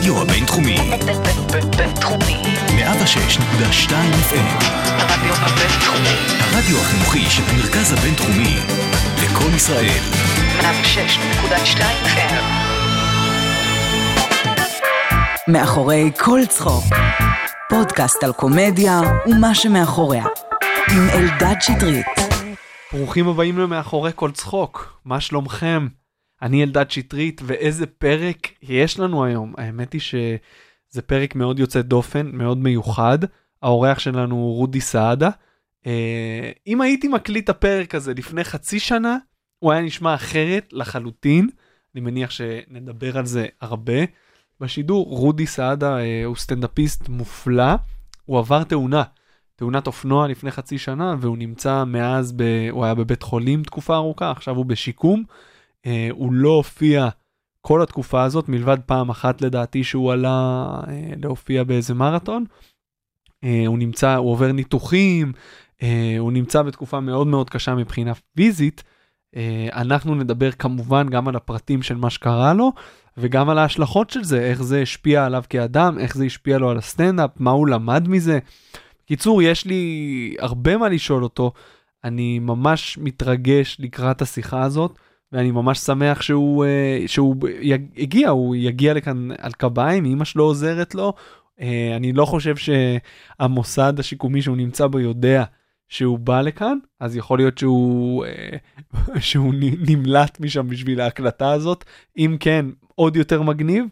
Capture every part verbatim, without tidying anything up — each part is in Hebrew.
הרדיו הבינתחומי. בינתחומי. מאה ושש נקודה שתיים אף אם. הרדיו הבינתחומי. הרדיו החינוכי של המרכז הבינתחומי. לקום ישראל. מאה ושש נקודה שתיים אף אם. מאחורי כל צחוק. פודקאסט על קומדיה ומה שמאחוריה. עם אלדד שטרית. ברוכים הבאים למאחורי כל צחוק. מה שלומכם? אני אלדד שטרית, ואיזה פרק יש לנו היום. האמת היא שזה פרק מאוד יוצא דופן, מאוד מיוחד. האורח שלנו הוא רודי סעדה. אה, אם הייתי מקליט את הפרק הזה לפני חצי שנה, הוא היה נשמע אחרת לחלוטין. אני מניח שנדבר על זה הרבה. בשידור, רודי סעדה אה, הוא סטנדאפיסט מופלא. הוא עבר תאונה. תאונת אופנוע לפני חצי שנה, והוא נמצא מאז, ב... הוא היה בבית חולים תקופה ארוכה, עכשיו הוא בשיקום. אה, הוא לא הופיע כל התקופה הזאת, מלבד פעם אחת לדעתי שהוא עלה אה, להופיע באיזה מרתון. אה, הוא נמצא, הוא עובר ניתוחים, אה, הוא נמצא בתקופה מאוד מאוד קשה מבחינה פיזית. אה, אנחנו נדבר כמובן גם על הפרטים של מה שקרה לו, וגם על ההשלכות של זה, איך זה השפיע עליו כאדם, איך זה השפיע לו על הסטנדאפ, מה הוא למד מזה. קיצור, יש לי הרבה מה לשאול אותו. אני ממש מתרגש לקראת השיחה הזאת, ואני ממש שמח שהוא, שהוא יגיע, הוא יגיע לכאן על קביים, אמא שלו עוזרת לו. אני לא חושב שהמוסד השיקומי שהוא נמצא בו יודע שהוא בא לכאן, אז יכול להיות שהוא, שהוא נמלט משם בשביל ההקלטה הזאת. אם כן, עוד יותר מגניב.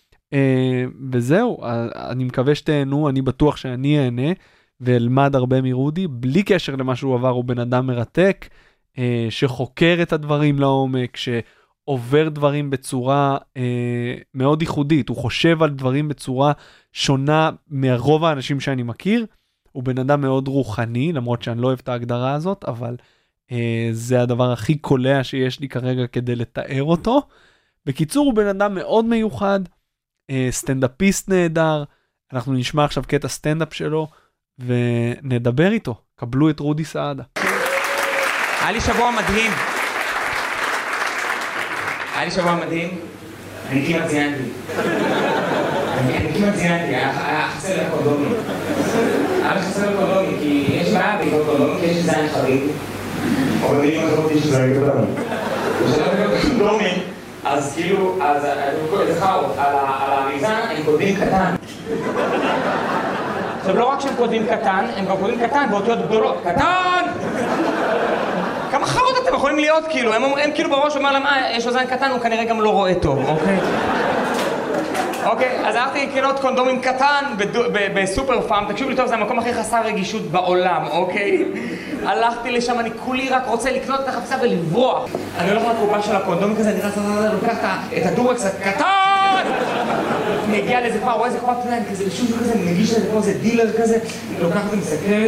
וזהו, אני מקווה שתהנו, אני בטוח שאני אהנה. ואלמד הרבה מרודי, בלי קשר למה שהוא עבר, הוא בן אדם מרתק, אה, שחוקר את הדברים לעומק, שעובר דברים בצורה אה, מאוד ייחודית, הוא חושב על דברים בצורה שונה מרוב האנשים שאני מכיר, הוא בן אדם מאוד רוחני, למרות שאני לא אוהב את ההגדרה הזאת, אבל אה, זה הדבר הכי קולע שיש לי כרגע כדי לתאר אותו. בקיצור, הוא בן אדם מאוד מיוחד, אה, סטנדאפיסט נהדר, אנחנו נשמע עכשיו קטע סטנדאפ שלו, ונדבר איתו. קבלו את רודי סעדה. היה לי שבוע מדהים. היה לי שבוע מדהים. אני כמעט זיינתי. אני כמעט זיינתי, היה חסר לי קונדומים. היה לי חסר לי קונדומים, כי יש בעיה בעקבות קונדומים, כי יש זיין חריג. אבל אני לא חשבתי שזה היה קטן. ושלא בגלל קונדומים, אז כאילו, אז זה חאו, על האריזה הם כותבים קטן. עכשיו, לא רק שהם כותבים קטן, הם גם כותבים קטן באותיות גדולות. קטן! כמה חרות אתם יכולים להיות, כאילו? הם אומרים, כאילו בראש אומר להם, אה, יש לו זין קטן, הוא כנראה גם לא רואה טוב, אוקיי? אוקיי, אז הלכתי לקנות קונדומים קטן בסופר פארם. תקשיבו לי טוב, זה המקום הכי חסר רגישות בעולם, אוקיי? הלכתי לשם, אני כולי רק רוצה לקנות את החפשה ולברוח. אני הולך לקופה של הקונדומים כזה, אני רץ, לוקח את הדורקס הקטן! אני הגיע לאיזה פעם, רואה איזה קופה קטנה, אני כזה לשום כזה, אני מגיש לזה כמו איזה דילר כזה, אני לוקח את זה, מסתכלת.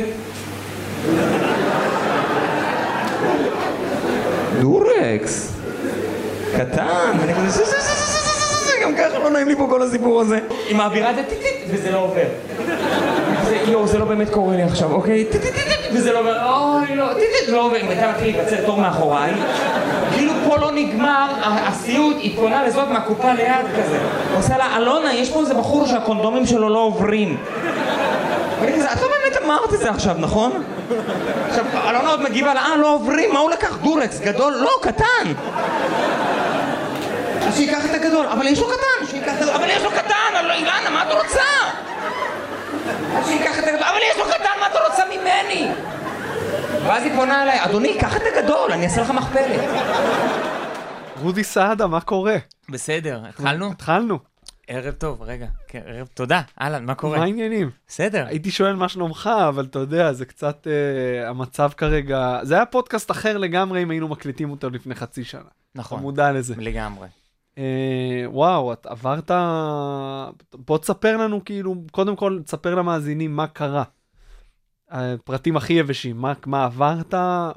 דורקס! קטן! אני כזה, גם ככה לא נעים לי פה כל הסיפור הזה. היא מעבירה את זה טיטית, וזה לא עובר. יואו, זה לא באמת קורה לי עכשיו, אוקיי? טיטית, וזה לא עובר, אוי, לא, טיטית, לא עובר. אם הייתה מתחיל לקצר תור מאחוריי, כאילו פה לא נגמר, הסיוט, היא פונה לזאת מהקופה ליד כזה. עושה לה, אלונה, יש פה איזה בחור שהקונדומים שלו לא עוברים. ואני כזה, את לא באמת אמרת את זה עכשיו, נכון? עכשיו, אלונה עוד מגיבה לה, אה, לא עוברים, מה הוא לקח? דורקס, גדול? לא, קטן. אז שיקח את הגדול, אבל יש לו קטן, שיקח את הגדול, אבל יש לו קטן, אילנה, מה את רוצה? אז שיקח את הגדול, אבל יש לו קטן, מה את רוצה ממני? ואז היא פונה אליי, אדוני, קח את הגדול, אני אעשה לך מכפלת. רודי סעדה, מה קורה? בסדר, התחלנו? התחלנו. ערב טוב, רגע, כן, ערב, תודה, אהלן, מה קורה? מה העניינים? בסדר. הייתי שואל מה שלומך, אבל אתה יודע, זה קצת, אה, המצב כרגע, זה היה פודקאסט אחר לגמרי אם היינו מקליטים אותו לפני חצי שנה. נכון. אתה מודע לזה. לגמרי. אה, וואו, את עברת, בוא תספר לנו כאילו, קודם כל תספר למאזינים מה קרה. הפרטים הכי יבשים, מה, מה עברת,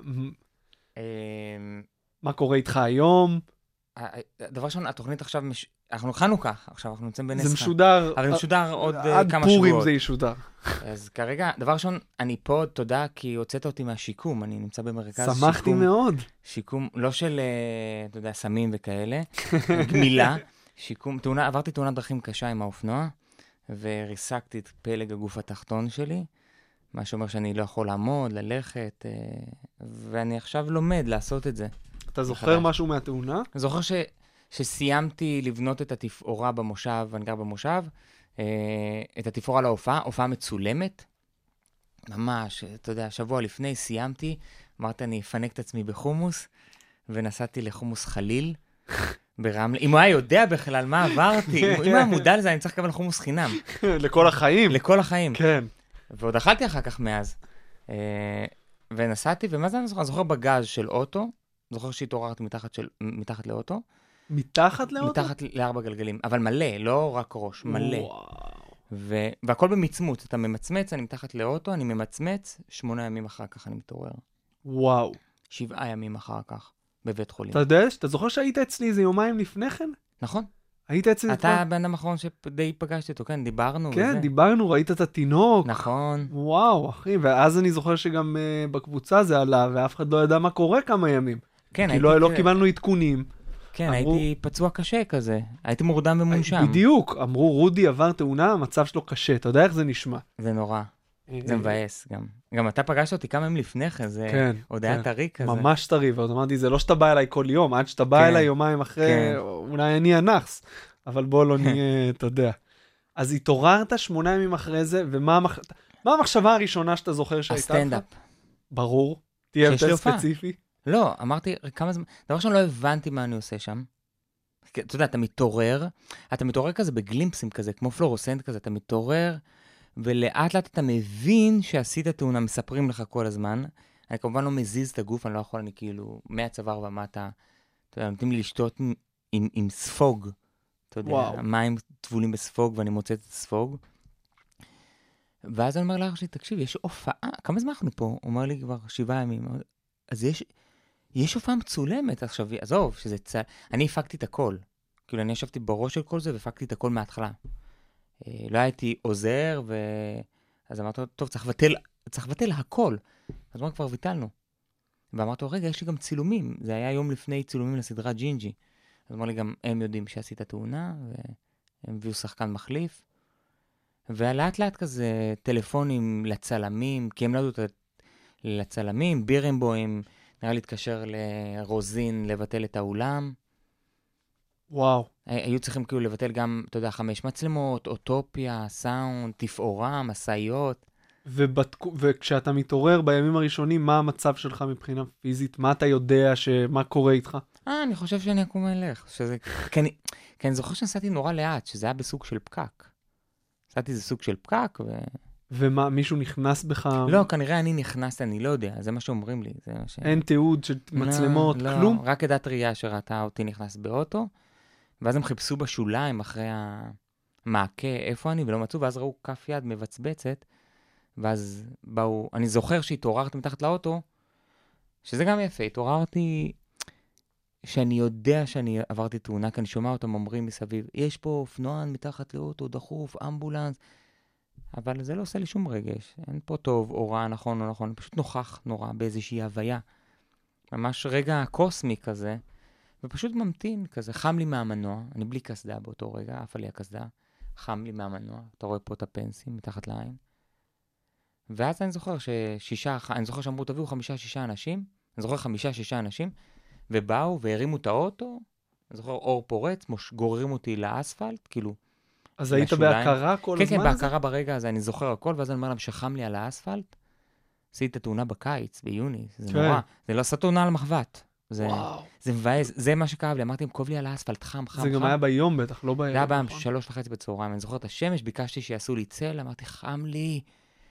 מה קורה איתך היום. דבר ראשון, התוכנית עכשיו, מש... אנחנו חנוכה, עכשיו אנחנו נמצאים בנסחה. זה משודר. אבל משודר עוד כמה שבועות. עד פורים זה ישודר. אז כרגע, דבר ראשון, אני פה, תודה, כי הוצאת אותי מהשיקום, אני נמצא במרכז שיקום. שמחתי מאוד. שיקום, לא של, אתה יודע, סמים וכאלה, גמילה, שיקום, תאונה, עברתי תאונת דרכים קשה עם האופנוע, וריסקתי את פלג הגוף התחתון שלי, מה שאומר שאני לא יכול לעמוד, ללכת, ואני עכשיו לומד לעשות את זה. אתה זוכר משהו מהתאונה? אני זוכר ש, שסיימתי לבנות את התפאורה במושב, אני גר במושב, את התפאורה להופעה, הופעה מצולמת, ממש, אתה יודע, שבוע לפני סיימתי, אמרתי, אני אפנק את עצמי בחומוס, ונסעתי לחומוס חליל, ברמלה. אם הוא היה יודע בכלל מה עברתי, אם הוא היה מודע לזה, אני צריך לקבל חומוס חינם. לכל החיים. לכל החיים. כן. ועוד אכלתי אחר כך מאז. ונסעתי, ומה זה אני זוכר? אני זוכר בגז של אוטו, זוכר שהתעוררתי מתחת לאוטו. מתחת לאוטו? מתחת לארבע גלגלים, אבל מלא, לא רק ראש, מלא. והכל במצמוץ, אתה ממצמץ, אני מתחת לאוטו, אני ממצמץ, שמונה ימים אחר כך אני מתעורר. וואו. שבעה ימים אחר כך, בבית חולים. אתה יודע, אתה זוכר שהיית אצלי איזה יומיים לפני כן? נכון. היית אצלי... אתה הבן אדם האחרון שדי פגשתי אותו, כן, דיברנו. כן, וזה. דיברנו, ראית את התינוק. נכון. וואו, אחי, ואז אני זוכר שגם uh, בקבוצה זה עלה, ואף אחד לא ידע מה קורה כמה ימים. כן, כי הייתי... לא, לא קיבלנו עדכונים. כן, אמרו... הייתי פצוע קשה כזה. הייתי מורדם ומונשם. בדיוק, אמרו, רודי עבר תאונה, המצב שלו קשה. אתה יודע איך זה נשמע? זה נורא. זה מבאס גם. גם אתה פגשת אותי כמה ימים לפני כן, זה כן, עוד כן. היה טרי כזה. ממש טרי, ועוד אמרתי, זה לא שאתה בא אליי כל יום, עד שאתה בא כן. אליי יומיים אחרי, כן. אולי אני הנחס, אבל בוא לא נהיה, אתה יודע. אז התעוררת שמונה ימים אחרי זה, ומה המח... מה המחשבה הראשונה שאתה זוכר שהייתה לך? הסטנדאפ. ברור. תהיה שיש לי יותר הופעה. ספציפי. לא, אמרתי, כמה זמן, דבר שאני לא הבנתי מה אני עושה שם. אתה יודע, אתה מתעורר, אתה מתעורר כזה בגלימפסים כזה, כמו פלורוסנט כזה, אתה מתעורר, ולאט לאט אתה מבין שעשית תאונה, מספרים לך כל הזמן. אני כמובן לא מזיז את הגוף, אני לא יכול, אני כאילו, מהצוואר ומטה, אתה יודע, נותנים לי לשתות עם, עם, עם ספוג, אתה יודע, וואו. מים טבולים בספוג, ואני מוצא את הספוג. ואז אני אומר לאח שלי, תקשיב, יש הופעה, כמה זמן אנחנו פה? הוא אומר לי כבר שבעה ימים. אז יש, יש הופעה מצולמת עכשיו, עזוב, שזה צ... אני הפקתי את הכל. כאילו, אני ישבתי בראש של כל זה, והפקתי את הכל מההתחלה. לא הייתי עוזר, ו... אז אמרתי, טוב, צריך לבטל, צריך לבטל הכל. אז מה כבר ביטלנו? ואמרתי, רגע, יש לי גם צילומים. זה היה יום לפני צילומים לסדרה ג'ינג'י. אז אמר לי, גם הם יודעים שעשית תאונה, והם הביאו שחקן מחליף. ולאט לאט כזה טלפונים לצלמים, כי הם לא יודעים לצלמים, בירנבוים, נראה לי להתקשר לרוזין לבטל את האולם. וואו. היו צריכים כאילו לבטל גם, אתה יודע, חמש מצלמות, אוטופיה, סאונד, תפאורה, מסעיות. ובתק... וכשאתה מתעורר בימים הראשונים, מה המצב שלך מבחינה פיזית? מה אתה יודע, ש... מה קורה איתך? אה, אני חושב שאני אקום אלך. שזה... כי, אני... כי אני זוכר שנסעתי נורא לאט, שזה היה בסוג של פקק. נסעתי איזה סוג של פקק ו... ומה, מישהו נכנס בך? לא, כנראה אני נכנסתי, אני לא יודע, זה מה שאומרים לי. זה מה ש... אין תיעוד של מצלמות, לא, כלום? לא, רק עדת ראייה שראתה אותי נכנס באוטו, ואז הם חיפשו בשוליים אחרי המעקה, איפה אני, ולא מצאו, ואז ראו כף יד מבצבצת, ואז באו, אני זוכר שהתעוררתי מתחת לאוטו, שזה גם יפה, התעוררתי שאני יודע שאני עברתי תאונה, כי אני שומע אותם אומרים מסביב, יש פה אופנוען מתחת לאוטו, דחוף, אמבולנס, אבל זה לא עושה לי שום רגש, אין פה טוב או רע, נכון או נכון, פשוט נוכח נורא באיזושהי הוויה, ממש רגע קוסמי כזה, ופשוט ממתין כזה, חם לי מהמנוע, אני בלי כסדה באותו רגע, אף עלי הכסדה, חם לי מהמנוע, אתה רואה פה את הפנסים מתחת לעין, ואז אני זוכר ששישה, אני זוכר שאמרו תביאו חמישה, שישה אנשים, אני זוכר חמישה, שישה אנשים, ובאו והרימו את האוטו, אני זוכר אור פורץ, גוררים אותי לאספלט, כאילו, אז היית לשוליים. בהכרה כל כן, הזמן כן, הזה? בהכרה ברגע הזה, אני זוכר הכל, ואז אני אומר להם שחם לי על האספלט, עשיתי את התאונה בקיץ, ביוני, זה כן. נורא, זה לא עשה תאונה על מחבת, זה, וואו. זה מבאס, זה מה שכאב לי, אמרתי, כואב לי על האספלט, חם, חם, זה חם. גם היה ביום בטח, לא זה בערב. היה פעם נכון? שלוש וחצי בצהריים, אני זוכר את השמש, ביקשתי שיעשו לי צל, אמרתי, חם לי,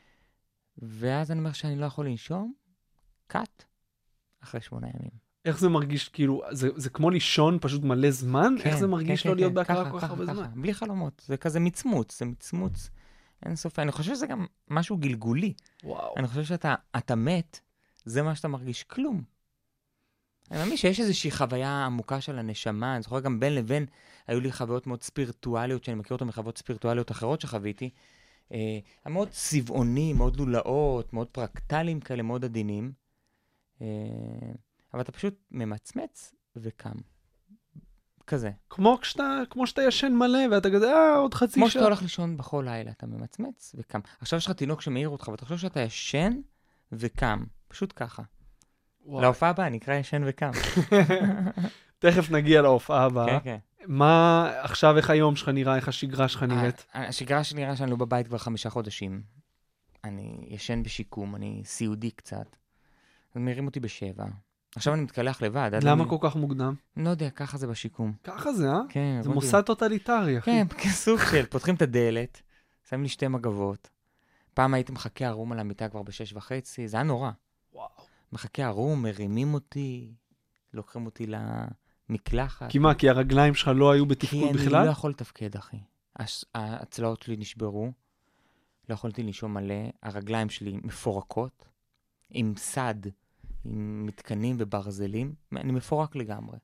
ואז אני אומר שאני לא יכול לנשום, קאט, אחרי שמונה ימים. איך זה מרגיש, כאילו, זה, זה כמו לישון פשוט מלא זמן? כן, איך זה מרגיש כן, לא כן, להיות כן, בהכרה ככה, כל כך ככה, הרבה ככה, זמן? בלי חלומות, זה כזה מצמוץ, זה מצמוץ אין סופי. אני חושב שזה גם משהו גלגולי. וואו. אני חושב שאתה אתה מת, זה מה שאתה מרגיש, כלום. אני מאמין שיש איזושהי חוויה עמוקה של הנשמה, אני זוכר גם בין לבין, היו לי חוויות מאוד ספירטואליות, שאני מכיר אותן מחוויות ספירטואליות אחרות שחוויתי, אה, מאוד צבעונים, מאוד לולאות, מאוד פרקטליים כאלה, מאוד עדינים, אה, אבל אתה פשוט ממצמץ וקם. כזה. כמו כשאתה, כמו שאתה ישן מלא, ואתה כזה, אה, עוד חצי כמו שעה. שאתה הולך לישון בכל לילה, אתה ממצמץ וקם. עכשיו יש לך תינוק שמעיר אותך, ואתה חושב שאתה ישן וקם. פשוט ככה. וואי. להופעה הבאה נקרא ישן וקם. תכף נגיע להופעה הבאה. כן, כן. מה, עכשיו איך היום שלך נראה, איך השגרה שלך נראית? ה- השגרה שלי נראה שאני לא בבית כבר חמישה חודשים. אני ישן בשיקום, אני סיעודי קצת. אז מעירים אותי בשבע. עכשיו אני מתקלח לבד. עד למה אני- כל כך מוקדם? לא יודע, ככה זה בשיקום. ככה זה, אה? כן. זה לא יודע. מוסד טוטליטרי, אחי. כן, כסוג של, פותחים את הדלת, שמים לי שתי מגבות. פעם הייתי מחכה ערום על המיטה כבר בשש וחצי, זה היה נורא. וואו. מחכה ערום, מרימים אותי, לוקחים אותי למקלחת. כי מה, כי הרגליים שלך לא היו כי בתפקוד אני בכלל? לא יכול לתפקד, אחי. הש- הצלעות שלי נשברו, לא יכולתי לישון מלא, הרגליים שלי מפורקות, עם סד, עם מתקנים וברזלים, אני מפורק לגמרי.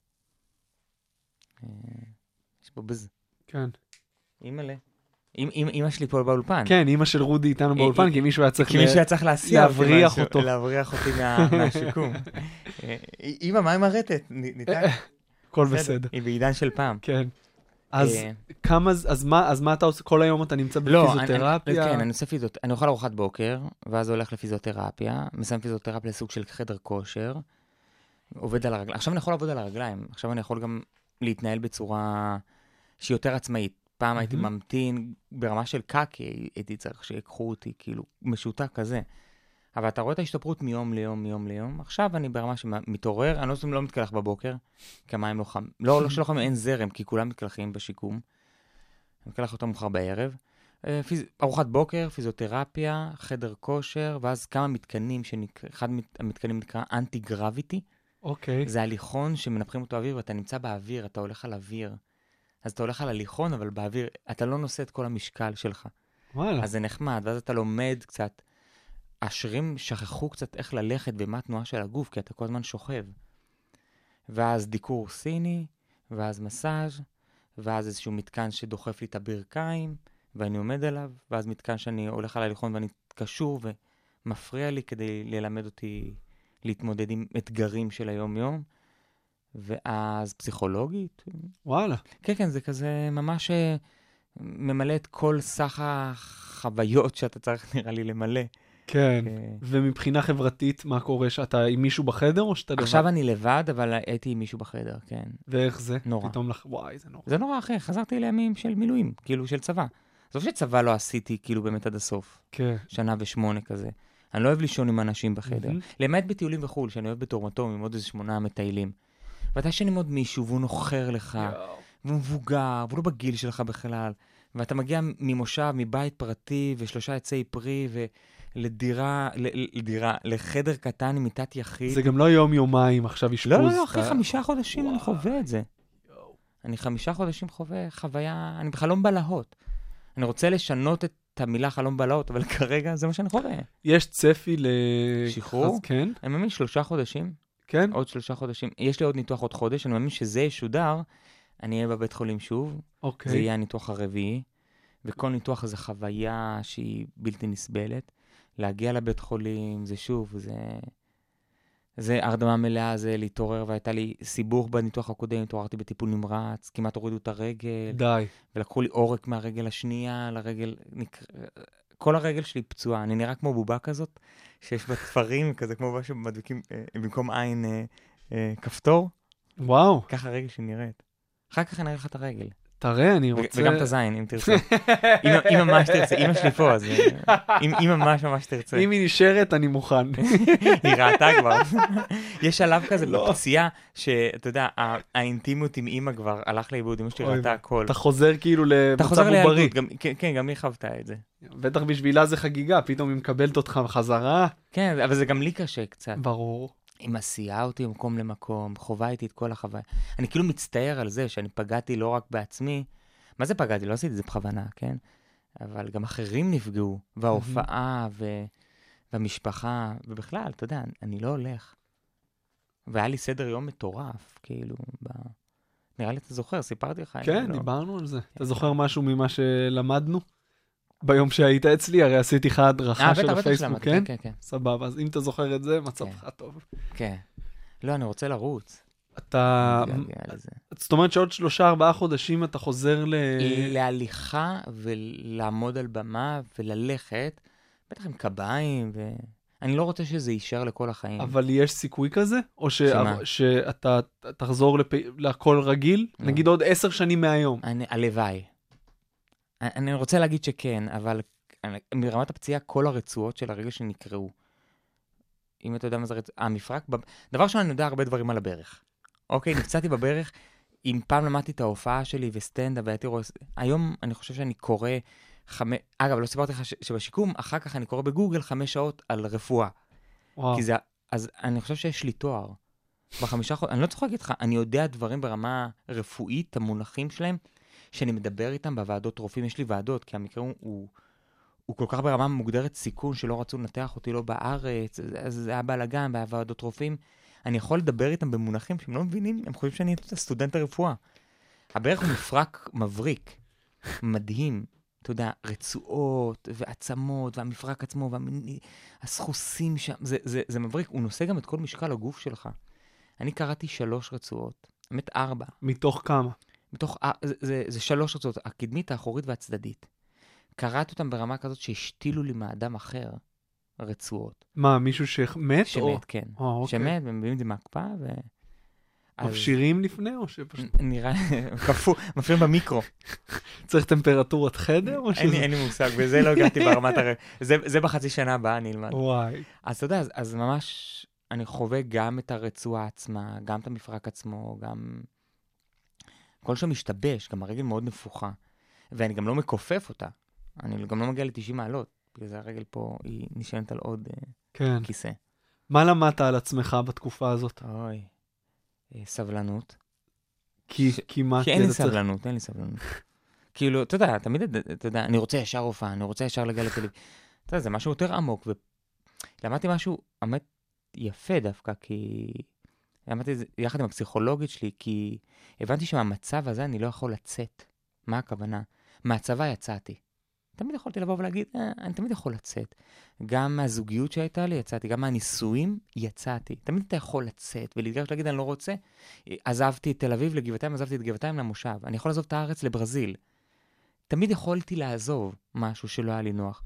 אה, יש פה בז. כן. אימא'לה. אמ- אמ- אמא שלי פה באולפן. כן, אמא של רודי איתנו באולפן, כי מישהו היה צריך כי מישהו היה צריך להסיע להבריח אותי אותו. משהו, להבריח אותי מה- מהשיקום. אה, אמא, מה עם הרטט? נ- ניתן? הכל בסדר. היא בעידן של פעם. כן. אז אה, כמה, אז מה, אז מה אתה עושה? כל היום אתה נמצא לא, אני- בפיזיותרפיה? אני- כן, אני עושה פיזיותרפיה. אני אוכל ארוחת בוקר, ואז הולך לפיזיותרפיה, מסיים פיזיותרפיה לסוג של חדר כושר, עובד על הרגליים. עכשיו אני יכול לעבוד על הרגליים, עכשיו אני יכול גם להתנהל בצורה שהיא יותר עצמאית. פעם הייתי מהמם. ממתין ברמה של קקי, הייתי צריך שיקחו אותי, כאילו, משותק כזה. אבל אתה רואה את ההשתפרות מיום ליום, מיום ליום. עכשיו אני ברמה שמתעורר, אני לא, לא מתקלח בבוקר, כי המים לא חם. לא, לא שלא חם, אין זרם, כי כולם מתקלחים בשיקום. אני מתקלח אותם מאוחר בערב. אה, פיז... ארוחת בוקר, פיזיותרפיה, חדר כושר, ואז כמה מתקנים, שנק... אחד המתקנים נקרא אנטי-גרביטי. אוקיי. זה הליכון שמנפחים אותו אוויר, ואתה נמצא באוויר, אתה הולך על אוויר. אז אתה הולך על הליכון, אבל באוויר, אתה לא נושא את כל המשקל שלך. וואלה. אז זה נחמד, ואז אתה לומד קצת. השרירים שכחו קצת איך ללכת ומה התנועה של הגוף, כי אתה כל הזמן שוכב. ואז דיקור סיני, ואז מסאז', ואז איזשהו מתקן שדוחף לי את הברכיים, ואני עומד עליו, ואז מתקן שאני הולך על הליכון ואני קשור ומפריע לי כדי ללמד אותי להתמודד עם אתגרים של היום-יום. ואז פסיכולוגית. וואלה. כן, כן, זה כזה ממש אה, ממלא את כל סך החוויות שאתה צריך נראה לי למלא. כן. אה, ומבחינה חברתית, מה קורה? שאתה עם מישהו בחדר או שאתה לבד? עכשיו אני לבד, אבל הייתי עם מישהו בחדר, כן. ואיך זה? נורא. פתאום לך, וואי, זה נורא. זה נורא אחר, חזרתי לימים של מילואים, כאילו של צבא. עזוב שצבא לא עשיתי כאילו באמת עד הסוף, כן. שנה ושמונה כזה. אני לא אוהב לישון עם אנשים בחדר. מהמם. למעט בטיולים בחו"ל, שאני אוהב בתורמתו עם עוד איזה שמונה מטיילים. ואתה ישן עם עוד מישהו, והוא נוחר לך, יואו. והוא מבוגר, והוא לא בגיל שלך בכלל. ואתה מגיע ממושב, מבית פרטי, ושלושה עצי פרי, ולדירה, ל- לדירה, לחדר קטן עם מיטת יחיד. זה גם לא יום-יומיים עכשיו אשפוז. לא, לא, לא, אחרי אתה- חמישה חודשים אני וואו. חווה את זה. יואו. אני חמישה חודשים חווה חוויה, אני בחלום בלהות. אני רוצה לשנות את המילה חלום בלהות, אבל כרגע זה מה שאני חווה. יש צפי ל... שחרור? אז כן? אני מאמין שלושה חודשים, כן? עוד שלושה חודשים. יש לי עוד ניתוח עוד חודש, אני מאמין שזה ישודר, אני אהיה בבית חולים שוב, זה אוקיי. יהיה הניתוח הרביעי, וכל ניתוח זה חוויה שהיא בלתי נסבלת. להגיע לבית חולים, זה שוב, זה... זה הרדמה מלאה, זה להתעורר, והייתה לי סיבוך בניתוח הקודם, התעוררתי בטיפול נמרץ, כמעט הורידו את הרגל, די. ולקחו לי עורק מהרגל השנייה לרגל... נק... כל הרגל שלי פצועה, אני נראה כמו בובה כזאת, שיש בה תפרים, כזה כמו בובה שמדביקים אה, במקום עין אה, אה, כפתור, וואו. ככה הרגל שלי נראית. אחר כך אני אראה לך את הרגל. תראה, אני ו- רוצה... וגם את הזין, אם תרצה. אם אם ממש תרצה, אמא שלי פה, אז... אה, אם אם ממש ממש תרצה. אם היא נשארת, אני מוכן. היא ראתה כבר. יש שלב כזה לא. בפציעה, שאתה יודע, ה- האינטימיות עם אמא כבר הלך לאיבוד, אמא שלי אוי, ראתה הכל. אתה חוזר כאילו אתה למצב חוזר עוברי. לילדות, גם- כן, כן, גם היא חוותה את זה. בטח בשבילה זה חגיגה, פתאום היא מקבלת אותך בחזרה. כן, אבל זה גם לי קשה קצת. ברור. היא מסיעה אותי ממקום למקום, חובה איתי את כל החוויה. אני כאילו מצטער על זה שאני פגעתי לא רק בעצמי, מה זה פגעתי? לא עשיתי את זה בכוונה, כן? אבל גם אחרים נפגעו, וההופעה ו... והמשפחה, ובכלל, אתה יודע, אני לא הולך. והיה לי סדר יום מטורף, כאילו, ב... נראה לי אתה זוכר, סיפרתי לך. כן, לא... דיברנו על זה. אתה זוכר משהו ממה שלמדנו? ביום שהיית אצלי, הרי עשיתי לך הדרכה אה, של בטח, בטח הפייסבוק, שלמדתי, כן? כן, כן, סבבה, אז אם אתה זוכר את זה, מצבך טוב. כן. לא, אני רוצה לרוץ. אתה... מתגעגע לזה. זאת אומרת שעוד שלושה, ארבעה חודשים אתה חוזר ל... להליכה ולעמוד על במה וללכת, בטח עם קביים, ואני לא רוצה שזה יישאר לכל החיים. אבל יש סיכוי כזה? או ש... שמה? שאתה תחזור לפ... לכל רגיל? לא. נגיד עוד עשר שנים מהיום. אני, הלוואי. אני, אני רוצה להגיד שכן, אבל אני, מרמת הפציעה, כל הרצועות של הרגל שנקראו. אם אתה יודע מה זה רצועות, המפרק, דבר שאני יודע הרבה דברים על הברך. אוקיי, נפצעתי בברך, אם פעם למדתי את ההופעה שלי וסטנדה, והייתי רואה... היום אני חושב שאני קורא חמש... אגב, לא סיפרתי לך ש... שבשיקום, אחר כך אני קורא בגוגל חמש שעות על רפואה. וואו. כי זה... אז אני חושב שיש לי תואר. בחמישה חודשים, אני לא צריך להגיד לך, אני יודע דברים ברמה רפואית, המונחים שלהם, שאני מדבר איתם בוועדות רופאים. יש לי ועדות, כי המקרה הוא, הוא, הוא כל כך ברמה מוגדרת סיכון, שלא רצו לנתח אותי לא בארץ, אז זה היה בלגן, בוועדות רופאים. אני יכול לדבר איתם במונחים שהם לא מבינים, הם חושבים שאני סטודנט הרפואה. הברך הוא מפרק מבריק, מדהים. אתה יודע, רצועות ועצמות, והמפרק עצמו, והסחוסים שם, זה, זה, זה מבריק. הוא נושא גם את כל משקל הגוף שלך. אני קראתי שלוש רצועות, באמת ארבע. מתוך כמה? מתוך, זה, זה, זה שלוש רצועות, הקדמית, האחורית והצדדית. קראתי אותם ברמה כזאת שהשתילו לי מאדם אחר רצועות. מה, מישהו שמת? שמת, או... כן. או, אוקיי. שמת, ומביאים את זה מהקפאה, ו... מפשירים לפני או שפשוט... נראה, קפוא, מפשירים במיקרו. צריך טמפרטורת חדר או שזה... אין לי מושג, וזה לא הגעתי ברמת הר... זה בחצי שנה הבאה אני אלמד. וואי. אז אתה יודע, אז ממש אני חווה גם את הרצועה עצמה, גם את המפרק עצמו, גם... כל שם משתבש, גם הרגל מאוד נפוחה. ואני גם לא מקופף אותה. אני גם לא מגיע ל-תשעים מעלות. בגלל זה הרגל פה היא נשענת על עוד כן. כיסא. מה למדת על עצמך בתקופה הזאת? אוי, סבלנות. כי, כי מה? כי אין לי סבלנות, אין לי סבלנות. כאילו, אתה יודע, תמיד, אתה יודע, אני רוצה ישר הופעה, אני רוצה ישר לגל לטלוויזיה. אתה יודע, זה משהו יותר עמוק, ולמדתי משהו, באמת, יפה דווקא, כי... למדתי את זה יחד עם הפסיכולוגית שלי, כי הבנתי שמהמצב הזה אני לא יכול לצאת. מה הכוונה? מהצבא יצאתי. תמיד יכולתי לבוא ולהגיד, אה, אני תמיד יכול לצאת. גם מהזוגיות שהייתה לי יצאתי, גם מהנישואים יצאתי. תמיד אתה יכול לצאת ולהתגרש להגיד, אני לא רוצה. עזבתי את תל אביב לגבעתיים, עזבתי את גבעתיים למושב. אני יכול לעזוב את הארץ לברזיל. תמיד יכולתי לעזוב משהו שלא היה לי נוח.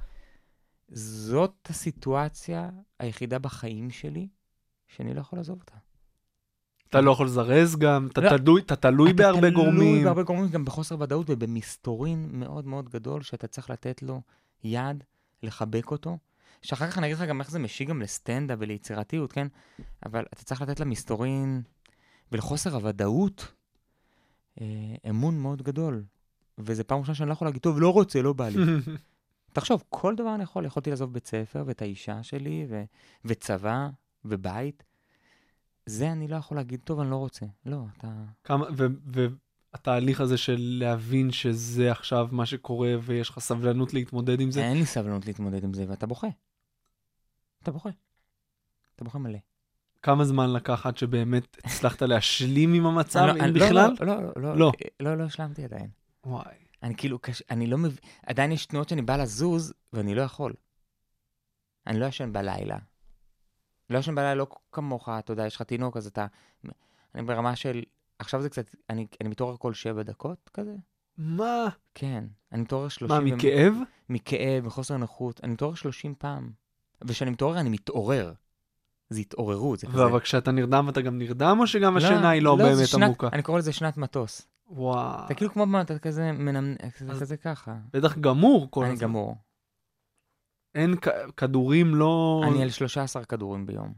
זאת הסיטואציה היחידה בחיים שלי, שאני לא יכול לעזוב אותה. אתה לא יכול לזרז גם, אתה לא. תלוי, אתה תלוי בהרבה אתה גורמים. תלוי בהרבה גורמים, גם בחוסר ודאות ובמסתורין מאוד מאוד גדול, שאתה צריך לתת לו יד, לחבק אותו. שאחר כך אני אגיד לך גם איך זה משיג גם לסטנדה וליצירתיות, כן? אבל אתה צריך לתת למסתורין ולחוסר הוודאות אה, אמון מאוד גדול. וזה פעם ראשונה שאני לא יכול להגיד, טוב, לא רוצה, לא בא לי. תחשוב, כל דבר אני יכול, יכולתי לעזוב בית ספר ואת האישה שלי ו- וצבא ובית. זה אני לא יכול להגיד, טוב, אני לא רוצה. לא, אתה... כמה, ו- והתהליך הזה של להבין שזה עכשיו מה שקורה ויש לך סבלנות להתמודד עם זה? אין לי סבלנות להתמודד עם זה, ואתה בוכה. אתה בוכה. אתה בוכה מלא. כמה זמן לקח עד שבאמת הצלחת להשלים עם המצב, אני, אם אני, בכלל? לא, לא, לא, לא. לא, לא, לא השלמתי עדיין. וואי. אני כאילו, קש... אני לא מבין, עדיין יש תנועות שאני בא לזוז, ואני לא יכול. אני לא ישן בלילה. לא ישן בלילה, לא כמוך, אתה יודע, יש לך תינוק, אז אתה... אני ברמה של... עכשיו זה קצת... אני, אני מתעורר כל שבע דקות כזה. מה? כן. אני מתעורר שלושים... מה, מכאב? ו... מכאב, מחוסר נוחות. אני מתעורר שלושים פעם. וכשאני מתעורר, אני מתעורר. זה התעוררות, זה כזה... אבל כשאתה נרדם, אתה גם נרדם, או שגם לא, השינה היא לא, לא באמת שנת, עמוקה? אני קורא לזה שנת מטוס. וואו. אתה כאילו כמו מה, אתה כזה מנמנ... אז... כזה ככה. בטח גמור כל אני הזמן. גמור. אין כ... כדורים לא... אני על שלושה עשר כדורים ביום.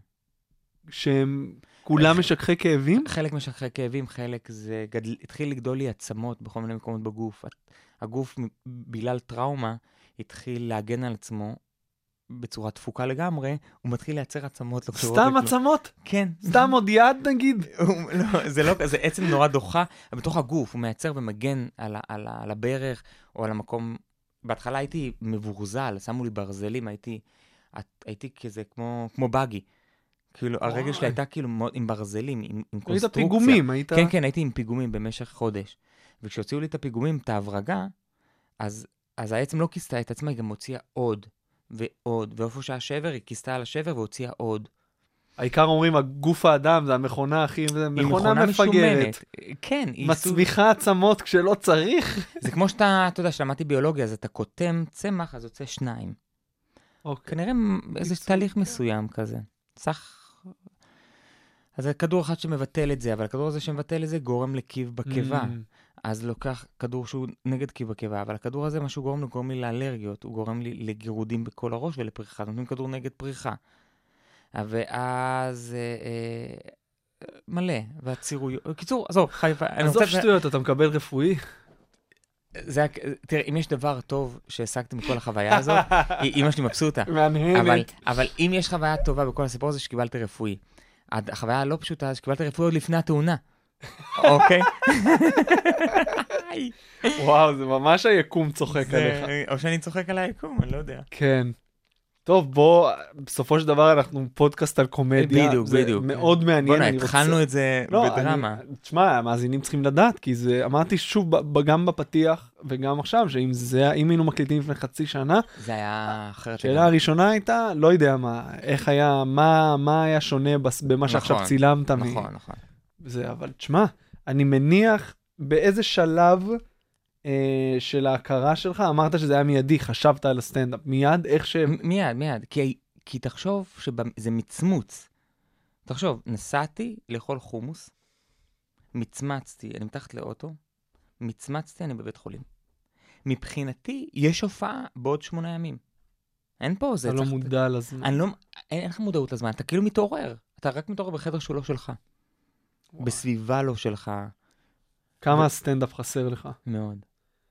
שהם כולם משככי כאבים? חלק משככי כאבים, חלק זה גדל... התחיל לגדול לי עצמות בכל מיני מקומות בגוף. הגוף, בגלל טראומה, התחיל להגן על עצמו בצורה תפוקה לגמרי, הוא מתחיל לייצר עצמות. סתם עצמות? כן. סתם עוד יד נגיד? לא, זה לא, זה עצם נורא דוחה, אבל בתוך הגוף הוא מייצר ומגן על, על, על הברך או על המקום. בהתחלה הייתי מבורזל, שמו לי ברזלים, הייתי, הייתי כזה כמו, כמו בגי. כאילו, הרגל שלי הייתה כאילו מאוד עם ברזלים, עם, עם קונסטרוקציה. היית פיגומים, היית... כן, כן, הייתי עם פיגומים במשך חודש. וכשהוציאו לי את הפיגומים, את ההברגה, אז, אז העצם לא כיסתה את עצמה, היא גם הוציאה עוד. ועוד, ואיפה שהשבר, היא כיסתה על השבר והוציאה עוד. העיקר אומרים, הגוף האדם זה המכונה הכי, זה מכונה מכונה מפגרת. משומנת. כן, היא סוג- מצמיחה עצמות כשלא צריך. זה כמו שאתה, אתה יודע, שלמדתי ביולוגיה, אז אתה קוטם צמח, אז יוצא שניים. אוקיי. כנראה איזה קיצור, תהליך כן. מסוים כזה. סך... אז זה כדור אחד שמבטל את זה, אבל הכדור הזה שמבטל את זה גורם לקיב בקיבה. Mm. אז לוקח כדור שהוא נגד קיב בקיבה, אבל הכדור הזה, מה שהוא גורם לו, גורם לי לאלרגיות, הוא גורם לי לגירודים בכל הראש ולפריחה. נותנים כדור נגד פריחה. ואז אה, אה, מלא, והצירויות... קיצור, עזוב, חיפה. אני עזוב רוצה- שטויות, אתה מקבל רפואי? זה, היה- תראה, אם יש דבר טוב שהעסקתי מכל החוויה הזאת, אמא שלי מבסוטה. אבל, מהנהנת. אבל אם יש חוויה טובה בכל הסיפור הזה, שקיבלתי רפואי. החוויה הלא פשוטה, שקיבלתי רפואי עוד לפני התאונה. אוקיי? וואו, זה ממש היקום צוחק עליך. זה- או שאני צוחק על היקום, אני לא יודע. כן. טוב, בוא, בסופו של דבר אנחנו פודקאסט על קומדיה. בדיוק, זה בדיוק. מאוד מעניין. בוא'נה, אני רוצה- התחלנו את זה לא, בדרמה. אני- תשמע, המאזינים צריכים לדעת, כי זה, אמרתי שוב, ב- ב- גם בפתיח וגם עכשיו, שאם זה, אם היינו מקליטים לפני חצי שנה, זה היה אחרת. השאלה הראשונה הייתה, לא יודע מה, איך היה, מה, מה היה שונה בס- במה שעכשיו נכון, צילמת. מ- נכון, נכון. זה, אבל תשמע, אני מניח באיזה שלב אה, של ההכרה שלך, אמרת שזה היה מיידי, חשבת על הסטנדאפ, מיד איך ש... מ- מיד, מיד. כי, כי תחשוב שזה מצמוץ. תחשוב, נסעתי לאכול חומוס, מצמצתי, אני מתחת לאוטו, מצמצתי, אני בבית חולים. מבחינתי, יש הופעה בעוד שמונה ימים. אין פה, זה אתה לא צריך... מודע לזמן. אני לא... אין, אין לך מודעות לזמן, אתה כאילו מתעורר. אתה רק מתעורר בחדר שהוא לא שלך. וואו. בסביבה לא שלך. כמה ו- הסטנדאפ חסר לך? מאוד.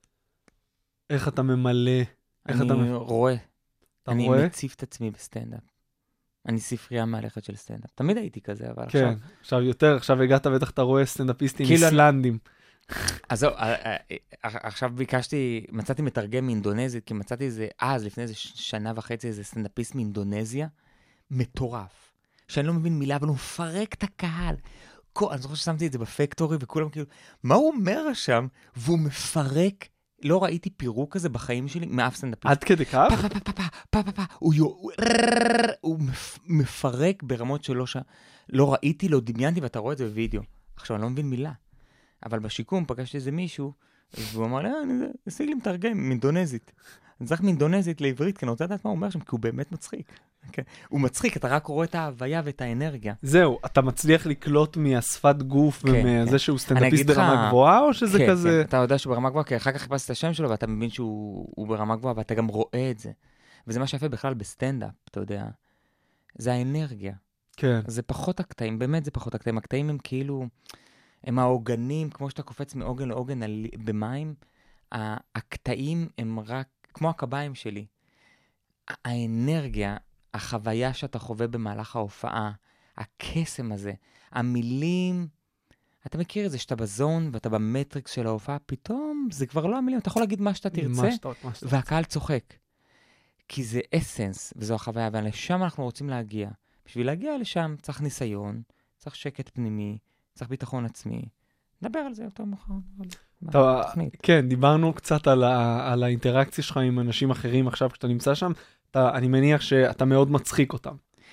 איך אתה ממלא? איך אני אתה מ- רואה. אתה אני רואה? מציף את עצמי בסטנדאפ. אני ספרייה מהלכת של סטנדאפ. תמיד הייתי כזה, אבל כן, עכשיו... עכשיו יותר, עכשיו הגעת בטח אתה רואה סטנדאפיסטים כאילו אני- איסלנדים. אז זהו, אה, אה, אה, עכשיו ביקשתי, מצאתי מתרגם מאינדונזית, כי מצאתי איזה, אז, לפני איזה ש- שנה וחצי, איזה סטנדאפיסט מאינדונזיה, מטורף, שאני לא מבין מילה, אבל הוא מפרק את הקהל. כל, אני זוכר ששמתי את זה בפקטורי, וכולם כאילו, מה הוא אומר שם? והוא מפרק, לא ראיתי פירוק כזה בחיים שלי, מאף סטנדאפיסט. עד כדי כך? פה, פה, פה, פה, פה, פה, פה, הוא יו- הוא- הוא מפ- מפרק ברמות שלא ש... לא ראיתי, לא דמיינתי, ואתה רואה את זה בווידאו. עכשיו, אני לא מבין מילה. אבל בשיקום פגשתי איזה מישהו, והוא אמר לי, אה, אני אשיג לי מתרגם, מאינדונזית. אני צריך מאינדונזית לעברית, כי אני רוצה לדעת מה הוא אומר שם, כי הוא באמת מצחיק. כן? הוא מצחיק, אתה רק רואה את ההוויה ואת האנרגיה. זהו, אתה מצליח לקלוט מהשפת גוף כן, ומזה כן. שהוא אני סטנדאפיסט אגיד לך- ברמה גבוהה, או שזה כן, כזה... כן, אתה יודע שהוא ברמה גבוהה, כי אחר כך חיפשת את השם שלו, ואתה מבין שהוא הוא ברמה גבוהה, ואתה גם רואה את זה. וזה מה שיפה בכלל בסטנדאפ, אתה יודע. זה האנרגיה. כן, זה פחות הקטעים, באמת זה פחות הקטעים. הקטעים הם כאילו, הם העוגנים, כמו שאתה קופץ מעוגן לעוגן על, במים, ה- הקטעים הם רק, כמו הקביים שלי. ה- האנרגיה, החוויה שאתה חווה במהלך ההופעה, הקסם הזה, המילים, אתה מכיר את זה שאתה בזון ואתה במטריקס של ההופעה, פתאום זה כבר לא המילים, אתה יכול להגיד מה שאתה תרצה, מה שאתה- מה שאתה- והקהל צוחק. כי זה אסנס, וזו החוויה, ולשם אנחנו רוצים להגיע. בשביל להגיע לשם צריך ניסיון, צריך שקט פנימי, צריך ביטחון עצמי. נדבר על זה יותר מאוחר. אבל- אתה- בתוכנית. כן, דיברנו קצת על, ה, על האינטראקציה שלך עם אנשים אחרים עכשיו כשאתה נמצא שם, אתה, אני מניח שאתה מאוד מצחיק אותם.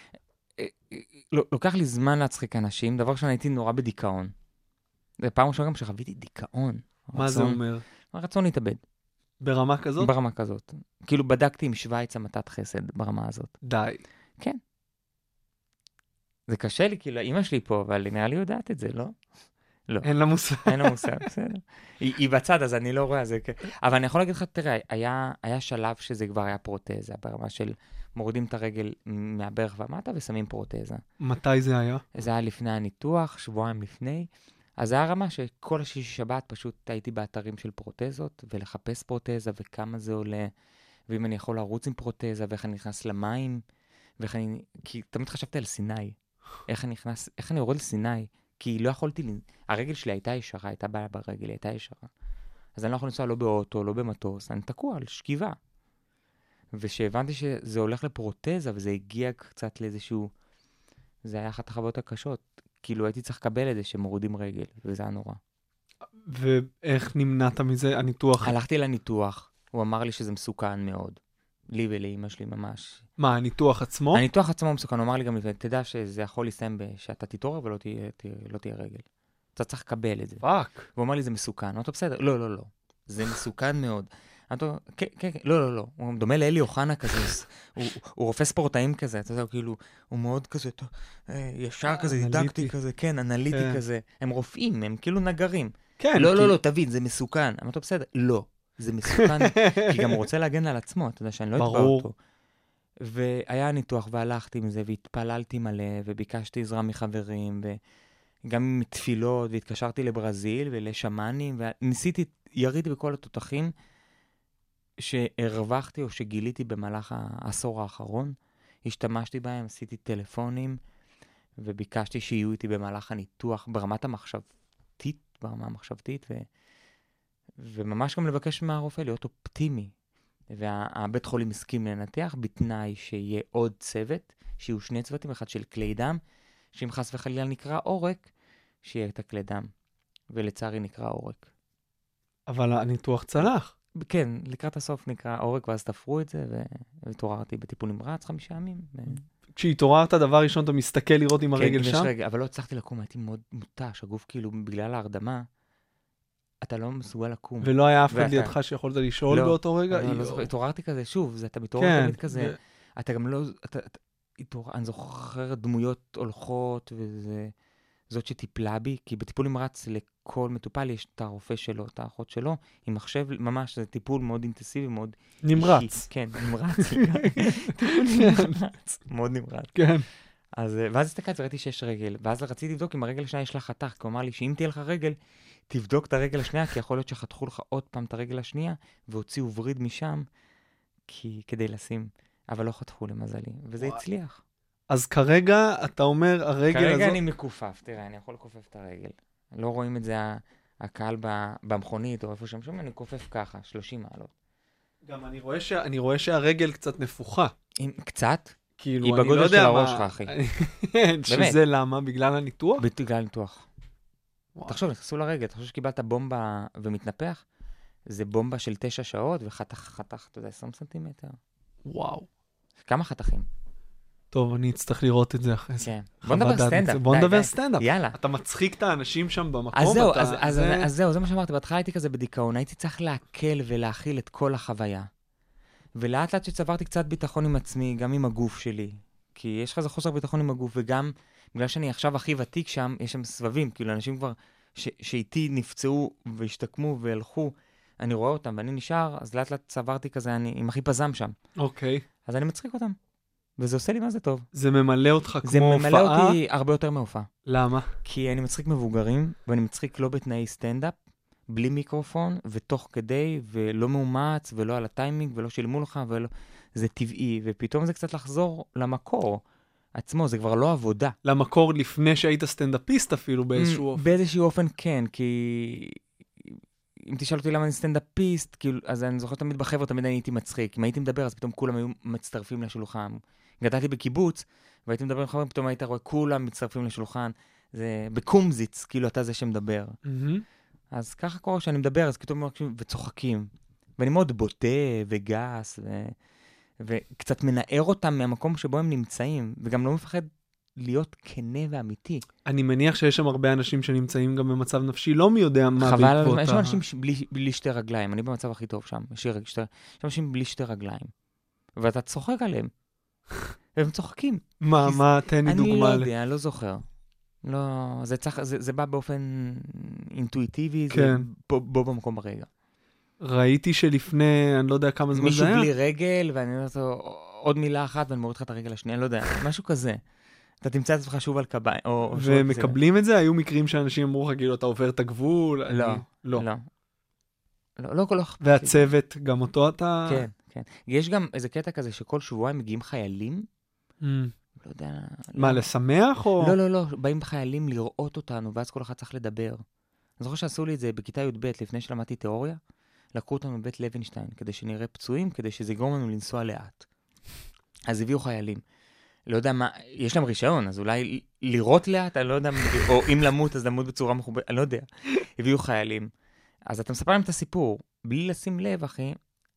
לא- לוקח לי זמן להצחיק אנשים, דבר ראשון הייתי נורא בדיכאון. זה פעם ראשונה גם שחוויתי דיכאון. מה זה רצון- אומר? רצון להתאבד, ברמה כזאת? ברמה כזאת. כאילו בדקתי עם שוויץ המתת חסד ברמה הזאת. די. זה קשה לי, כאילו אמא שלי פה, אבל נראה לי יודעת את זה, לא? אין לה מושג. אין לה מושג, בסדר. היא, היא בצד, אז אני לא רואה זה. כ- אבל אני יכול להגיד לך, תראה, היה, היה שלב שזה כבר היה פרוטזה, ברמה של מורידים את הרגל מהברך ומטה ושמים פרוטזה. מתי זה היה? זה היה לפני הניתוח, שבועיים לפני. אז זה היה רמה שכל השישי שבת פשוט הייתי באתרים של פרוטזות, ולחפש פרוטזה וכמה זה עולה, ואם אני יכול לרוץ עם פרוטזה, ואיך אני נכנס למים, ואיך אני... כי תמיד חשבתי על סיני. איך אני נכנס, איך אני יורד לסיני, כי לא יכולתי, ל- הרגל שלי הייתה ישרה, הייתה בעיה ברגל, היא הייתה ישרה. אז אני לא יכול לנסוע לא באוטו, לא במטוס, אני תקוע על שכיבה. ושהבנתי שזה הולך לפרוטזה, וזה הגיע קצת לאיזשהו, זה היה אחת החוויות הקשות. כאילו הייתי צריך לקבל את זה שמורידים רגל, וזה היה נורא. ואיך נמנעת מזה? הניתוח? הלכתי לניתוח, הוא אמר לי שזה מסוכן מאוד. לי ולאמא שלי ממש. מה, הניתוח עצמו? הניתוח עצמו מסוכן, הוא אמר לי גם לפני, תדע שזה יכול להסתיים שאתה תתעורר ולא תהיה, תהיה, לא תהיה רגל. אתה צריך לקבל את זה. פאק. והוא אמר לי, זה מסוכן. אמרתי, בסדר, לא, לא, לא. זה מסוכן מאוד. אמרתי, כן, כן, כן, לא, לא, לא. הוא דומה לאלי אוחנה כזה, הוא, הוא רופא ספורטאים כזה, אתה יודע, כאילו, הוא מאוד כזה, ישר כזה, דידקטי כזה, כן, אנליטי כזה. הם רופאים, הם כאילו נגרים. כן. לא, לא, לא, תבין, זה מסוכן. אמרתי, בסדר, לא. זה מסוכן, כי גם הוא רוצה להגן על עצמו, אתה יודע, שאני לא אתבע אותו. והיה ניתוח, והלכתי עם זה, והתפללתי מלא, וביקשתי עזרה מחברים, וגם מתפילות, והתקשרתי לברזיל ולשמנים, וניסיתי, יריתי בכל התותחים שהרווחתי או שגיליתי במהלך העשור האחרון. השתמשתי בהם, עשיתי טלפונים, וביקשתי שיהיו איתי במהלך הניתוח, ברמת המחשבתית, ברמה המחשבתית, ו... וממש גם לבקש מהרופא להיות אופטימי. והבית חולים הסכים לנתח בתנאי שיהיה עוד צוות, שיהיו שני צוותים, אחד של כלי דם, שאם חס וחלילה נקרא עורק, שיהיה את הכלי דם. ולצערי נקרא עורק. אבל הניתוח צלח. כן, לקראת הסוף נקרא עורק, ואז תפרו את זה, והתעוררתי בטיפול נמרץ חמישה ימים. ו... כשהתעוררת, דבר ראשון, אתה מסתכל לראות עם הרגל כן, שם? כן, רגע, אבל לא הצלחתי לקום, הייתי מאוד מותש, הגוף כאילו בגלל ההרדמה, אתה לא מסוגל לקום. ולא היה אף אחד לידך שיכולת לשאול באותו רגע? לא, לא זוכר, התעוררתי כזה, שוב, אתה מתעורר תמיד כזה, אתה גם לא, אני זוכר דמויות הולכות, וזאת שטיפלה בי, כי בטיפול נמרץ לכל מטופל יש את הרופא שלו, את האחות שלו, עם מחשב, ממש, זה טיפול מאוד אינטנסיבי, מאוד נמרץ. כן, נמרץ. טיפול נמרץ. מאוד נמרץ. כן. אז, ואז הסתכלתי וראיתי שיש רגל, ואז רציתי לבדוק אם הרגל השנייה יש לה חתך, כי הוא אמר לי שאם תהיה לך רגל, תבדוק את הרגל השנייה, כי יכול להיות שחתכו לך עוד פעם את הרגל השנייה, והוציאו וריד משם, כי, כדי לשים, אבל לא חתכו למזלי, וזה וואי. הצליח. אז כרגע אתה אומר, הרגל כרגע הזאת... כרגע אני מקופף, תראה, אני יכול לקופף את הרגל. לא רואים את זה הקהל במכונית, או איפה שם שם, אני קופף ככה, שלושים מעלות. גם אני רואה, ש... אני רואה שהרגל קצת נפוחה. עם... קצת? כאילו, היא אני בגודל לא של יודע הראש מה... שלך, אחי. שזה למה? בגלל הניתוח? בגלל הניתוח. תחשוב, נכנסו לרגל, תחשוב שקיבלת בומבה ומתנפח, זה בומבה של תשע שעות, וחתך, חתך, אתה יודע, עשרים סנטימטר. וואו. כמה חתכים? טוב, אני אצטרך לראות את זה אחרי זה. כן. בוא נדבר סטנדאפ. בוא נדבר סטנדאפ. יאללה. אתה מצחיק את האנשים שם במקום. אז זהו, אז זהו, זה מה שאמרתי, בהתחלה הייתי כזה בדיכאון, הייתי צריך להקל ולהכיל את כל החוויה. ולאט לאט שצברתי קצת ביטחון עם עצמי, גם עם הגוף שלי. כי יש לך איזה חוסר ביטחון עם הגוף, וגם בגלל שאני עכשיו הכי ותיק שם, יש שם סבבים, כאילו אנשים כבר שאיתי נפצעו והשתקמו והלכו, אני רואה אותם ואני נשאר, אז לאט לאט צברתי כזה, אני עם הכי פזם שם. אוקיי. אז אני מצחיק אותם. וזה עושה לי מה זה טוב. זה ממלא אותך כמו זה הופעה? ממלא אותי הרבה יותר מהופעה. למה? כי אני מצחיק מבוגרים, ואני מצחיק לא בתנאי סטנדאפ, בלי מיקרופון, ותוך כדי, ולא מאומץ, ולא על הטיימינג, ולא שילמו לך, ולא... זה טבעי, ופתאום זה קצת לחזור למקור עצמו, זה כבר לא עבודה. למקור לפני שהיית סטנדאפיסט אפילו באיזשהו אופן. באיזשהו אופן כן, כי... אם תשאל אותי למה אני סטנדאפיסט, כאילו, אז אני זוכר תמיד בחבר, תמיד אני הייתי מצחיק. אם הייתי מדבר, אז פתאום כולם היו מצטרפים לשולחן. גדלתי בקיבוץ, והייתי מדבר עם חברים, פתאום היית רואה, כולם מצטרפים לשולחן. זה בקומזיץ, כאילו אתה זה שמדבר. Mm-hmm. אז ככה קורה שאני מדבר, אז פתאום מרגישים וצוחקים. ואני מאוד בוטה וגס, ו... וקצת מנער אותם מהמקום שבו הם נמצאים, וגם לא מפחד להיות כנה ואמיתי. אני מניח שיש שם הרבה אנשים שנמצאים גם במצב נפשי, לא מי יודע מה בעקבות ה... חבל, יש אנשים בלי, בלי שתי רגליים, אני במצב הכי טוב שם, יש שתי... אנשים בלי שתי רגליים, ואתה צוחק עליהם, והם צוחקים. מה, מה, תן לי דוגמה. אני לא יודע, אני לא זוכר. לא, זה, צריך, זה, זה בא באופן אינטואיטיבי, כן. זה בו, בו במקום ברגע. ראיתי שלפני, אני לא יודע כמה זמן זה היה. מישהו בלי רגל, ואני אומר לו עוד מילה אחת, ואני מוריד לך את הרגל השנייה, אני לא יודע, משהו כזה. אתה תמצא את עצמך שוב על קביים. ומקבלים את זה? היו מקרים שאנשים אמרו לך, כאילו, אתה עובר את הגבול? לא, לא. לא, לא כל כך. והצוות, גם אותו אתה... כן, כן. יש גם איזה קטע כזה שכל שבועיים מגיעים חיילים, לא יודע... מה, לשמח או... לא, לא, לא, באים חיילים לראות אותנו, ואז כל אחד צריך לדבר. אני זוכר שעשו לי את זה בכיתה י' ב' לפני שלמדתי תיאוריה, לקחו אותנו בבית לוינשטיין, כדי שנראה פצועים, כדי שזה יגרום לנו לנסוע לאט. אז הביאו חיילים. לא יודע מה, יש להם רישיון, אז אולי לראות לאט, אני לא יודע, או אם למות, אז למות בצורה מכובדת, אני לא יודע. הביאו חיילים. אז אתה מספר להם את הסיפור, בלי לשים לב, אחי,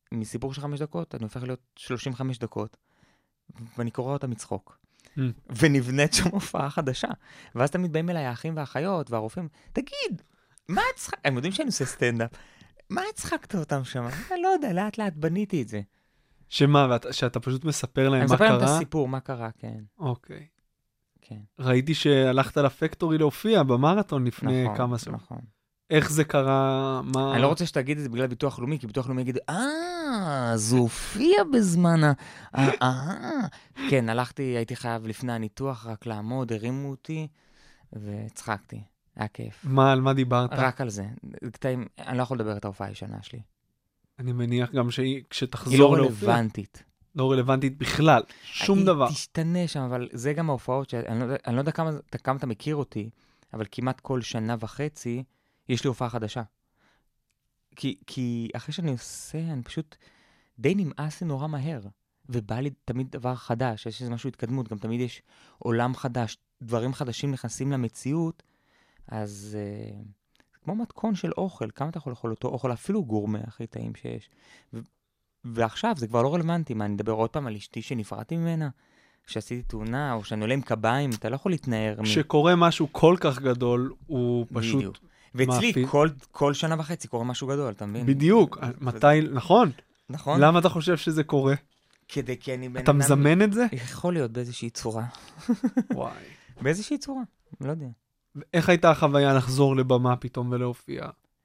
מסיפור של חמש דקות, אני הופך להיות שלושים וחמש דקות, ואני קורא אותה מצחוק. Mm. ונבנית שם הופעה חדשה. ואז תמיד באים אליי האחים והאחיות והרופאים, תגיד, מה הצחק? הם יודעים שאני עושה סטנדאפ. מה הצחקת אותם שם? אני לא יודע, לאט לאט בניתי את זה. שמה, ואת- שאתה פשוט מספר להם אני מה מספר להם את קרה? הסיפור, מה קרה, כן. אוקיי. כן. ראיתי שהלכת לפקטורי להופיע במרתון לפני נכון, כמה שבועות. נכון. איך זה קרה? מה... אני לא רוצה שתגיד את זה בגלל ביטוח לאומי, כי ביטוח לאומי יגיד, אה, זה הופיע בזמן ה... אה, אה. כן, הלכתי, הייתי חייב לפני הניתוח רק לעמוד, הרימו אותי, והצחקתי. היה כיף. מה, על מה דיברת? רק על זה. קטעים, אני לא יכול לדבר את ההופעה הישנה שלי. אני מניח גם שהיא, היא כשתחזור לא להופיע, רלוונטית. לא רלוונטית בכלל, שום דבר. היא תשתנה שם, אבל זה גם ההופעות, שאני לא יודע, אני לא יודע כמה, כמה אתה מכיר אותי, אבל כמעט כל שנה וחצי יש לי הופעה חדשה. כי, כי אחרי שאני עושה, אני פשוט די נמאס לי נורא מהר, ובא לי תמיד דבר חדש, יש איזה משהו התקדמות, גם תמיד יש עולם חדש, דברים חדשים נכנסים למציאות, אז אה, כמו מתכון של אוכל, כמה אתה יכול לאכול אותו אוכל, אפילו גורמה הכי טעים שיש. ו- ועכשיו זה כבר לא רלוונטי, מה, אני אדבר עוד פעם על אשתי שנפרדתי ממנה, שעשיתי תאונה, או שאני עולה עם קביים, אתה לא יכול להתנער. כשקורה משהו כל כך גדול, הוא פשוט... בדיוק. ואצלי מאפיל. כל, כל שנה וחצי קורה משהו גדול, אתה מבין? בדיוק, מתי, נכון? נכון? למה אתה חושב שזה קורה? כדי, כי אני בן אתה אדם- מזמן את זה? יכול להיות באיזושהי צורה. וואי. באיזושהי צורה, לא יודע. איך הייתה החוויה לחזור לבמה פתאום ולהופיע?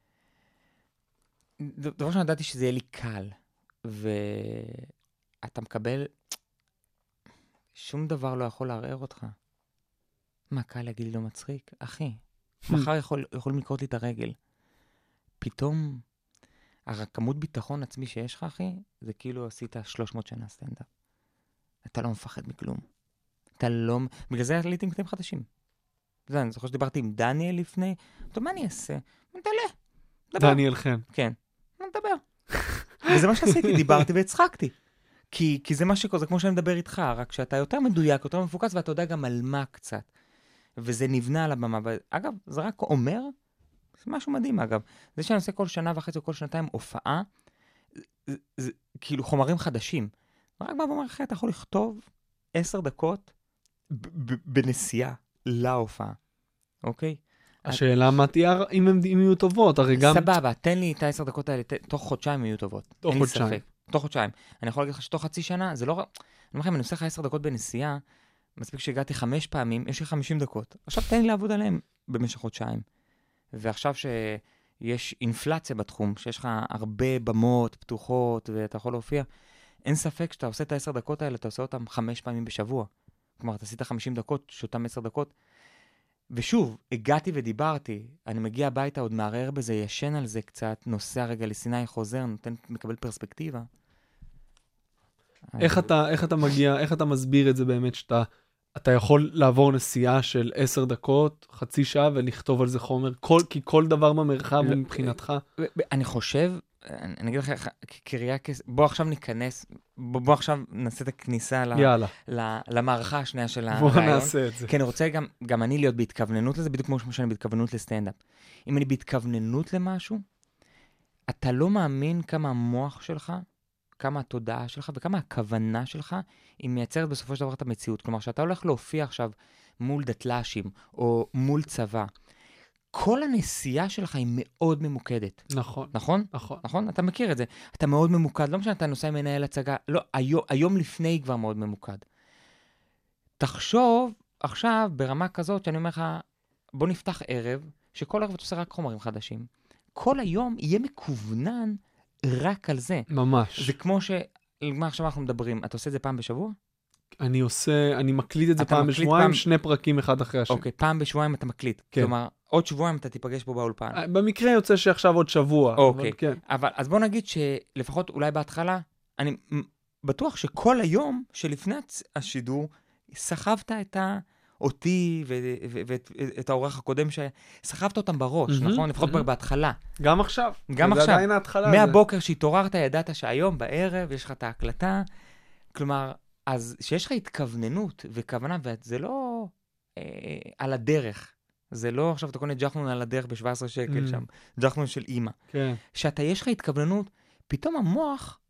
ד- דבר שאני ידעתי שזה יהיה לי קל, ואתה מקבל, שום דבר לא יכול לערער אותך. מה, קל להגיד לי לא מצחיק? אחי, מחר יכול, יכולים לקרות לי את הרגל. פתאום, הכמות ביטחון עצמי שיש לך, אחי, זה כאילו עשית שלוש מאות שנה סטנדאפ. אתה לא מפחד מכלום. אתה לא... בגלל זה עליתי עם קטעים חדשים. זה, אני זוכר שדיברתי עם דניאל לפני, טוב, מה אני אעשה? נדלה, דבר. דניאל חן. כן, נדבר. וזה מה שעשיתי, דיברתי והצחקתי. כי, כי זה מה שקורה, זה כמו שאני מדבר איתך, רק שאתה יותר מדויק, יותר מפוקס, ואתה יודע גם על מה קצת. וזה נבנה על הבמה. אגב, זה רק אומר, זה משהו מדהים, אגב. זה שאני עושה כל שנה וחצי או כל שנתיים הופעה, זה, זה כאילו חומרים חדשים. רק בא ואומר לך, אתה יכול לכתוב עשר דקות ב- ב- בנסיעה להופעה, אוקיי? השאלה מה תהיה אם הן יהיו טובות, הרי גם... סבבה, תן לי את העשר דקות האלה, ת- תוך חודשיים יהיו טובות. תוך אין לי חודשיים. ספק. תוך חודשיים. אני יכול להגיד לך שתוך חצי שנה, זה לא... רק- אני אומר לכם, אני עושה לך עשר דקות בנסיעה, מספיק שהגעתי חמש פעמים, יש לי חמישים דקות. עכשיו תן לי לעבוד עליהם במשך חודשיים. ועכשיו שיש אינפלציה בתחום, שיש לך הרבה במות פתוחות, ואתה יכול להופיע, אין ספק שאתה עושה את העשר דקות האלה, אתה עושה אותם חמש פעמים בשבוע. כלומר, אתה עשית חמישים דקות, שאותם עשר דקות. ושוב, הגעתי ודיברתי, אני מגיע הביתה, עוד מערער בזה, ישן על זה קצת, נוסע רגע לסיני, חוזר, נותן, מקבל פרספקטיבה. איך אתה, איך אתה מגיע, איך אתה מסביר את זה באמת שאתה, אתה יכול לעבור נסיעה של עשר דקות, חצי שעה, ולכתוב על זה חומר, כל, כי כל דבר במרחב הוא מבחינתך. אני חושב, אני אני אגיד לך, קריאה כס... בוא עכשיו ניכנס, בוא, בוא עכשיו נעשה את הכניסה ל, יאללה, ל, למערכה השנייה של בוא הרעיון. נעשה את זה. כי אני רוצה גם, גם אני להיות בהתכווננות לזה, בדיוק כמו שאני בהתכווננות לסטנדאפ. אם אני בהתכווננות למשהו, אתה לא מאמין כמה המוח שלך, כמה התודעה שלך וכמה הכוונה שלך, היא מייצרת בסופו של דבר את המציאות. כלומר, שאתה הולך להופיע עכשיו מול דתל"שים או מול צבא, כל הנסיעה שלך היא מאוד ממוקדת. נכון, נכון? נכון. נכון? אתה מכיר את זה. אתה מאוד ממוקד. לא משנה, אתה נוסע עם מנהל הצגה. לא, היום, היום לפני כבר מאוד ממוקד. תחשוב עכשיו ברמה כזאת שאני אומר לך, בוא נפתח ערב, שכל ערב אתה עושה רק חומרים חדשים. כל היום יהיה מקוונן רק על זה. ממש. זה כמו ש... מה עכשיו אנחנו מדברים? אתה עושה את זה פעם בשבוע? אני עושה, אני מקליט את זה אתה פעם מקליט בשבועיים, פעם- שני פרקים אחד אחרי השני. אוקיי, פעם בשבועיים אתה מקליט. כן. כלומר, עוד שבועיים אתה תיפגש פה באולפן. במקרה יוצא שעכשיו עוד שבוע. אוקיי. אבל כן. אבל אז בוא נגיד שלפחות אולי בהתחלה, אני מ- בטוח שכל היום שלפני הצ- השידור, סחבת את ה... אותי ואת האורח הקודם, שסחבת אותם בראש, מהמם, נכון? לפחות מהמם. בהתחלה. גם עכשיו. גם זה עכשיו. עדיין ההתחלה. מהבוקר שהתעוררת, ידעת שהיום בערב יש לך את ההקלטה. כלומר, אז שיש לך התכווננות וכוונה, וזה לא אה, על הדרך. זה לא עכשיו אתה קונה ג'חנון על הדרך ב-שבע עשרה שקל Mm. שם. ג'חנון של אימא. כן. שאתה יש לך התכווננות, פתאום המוח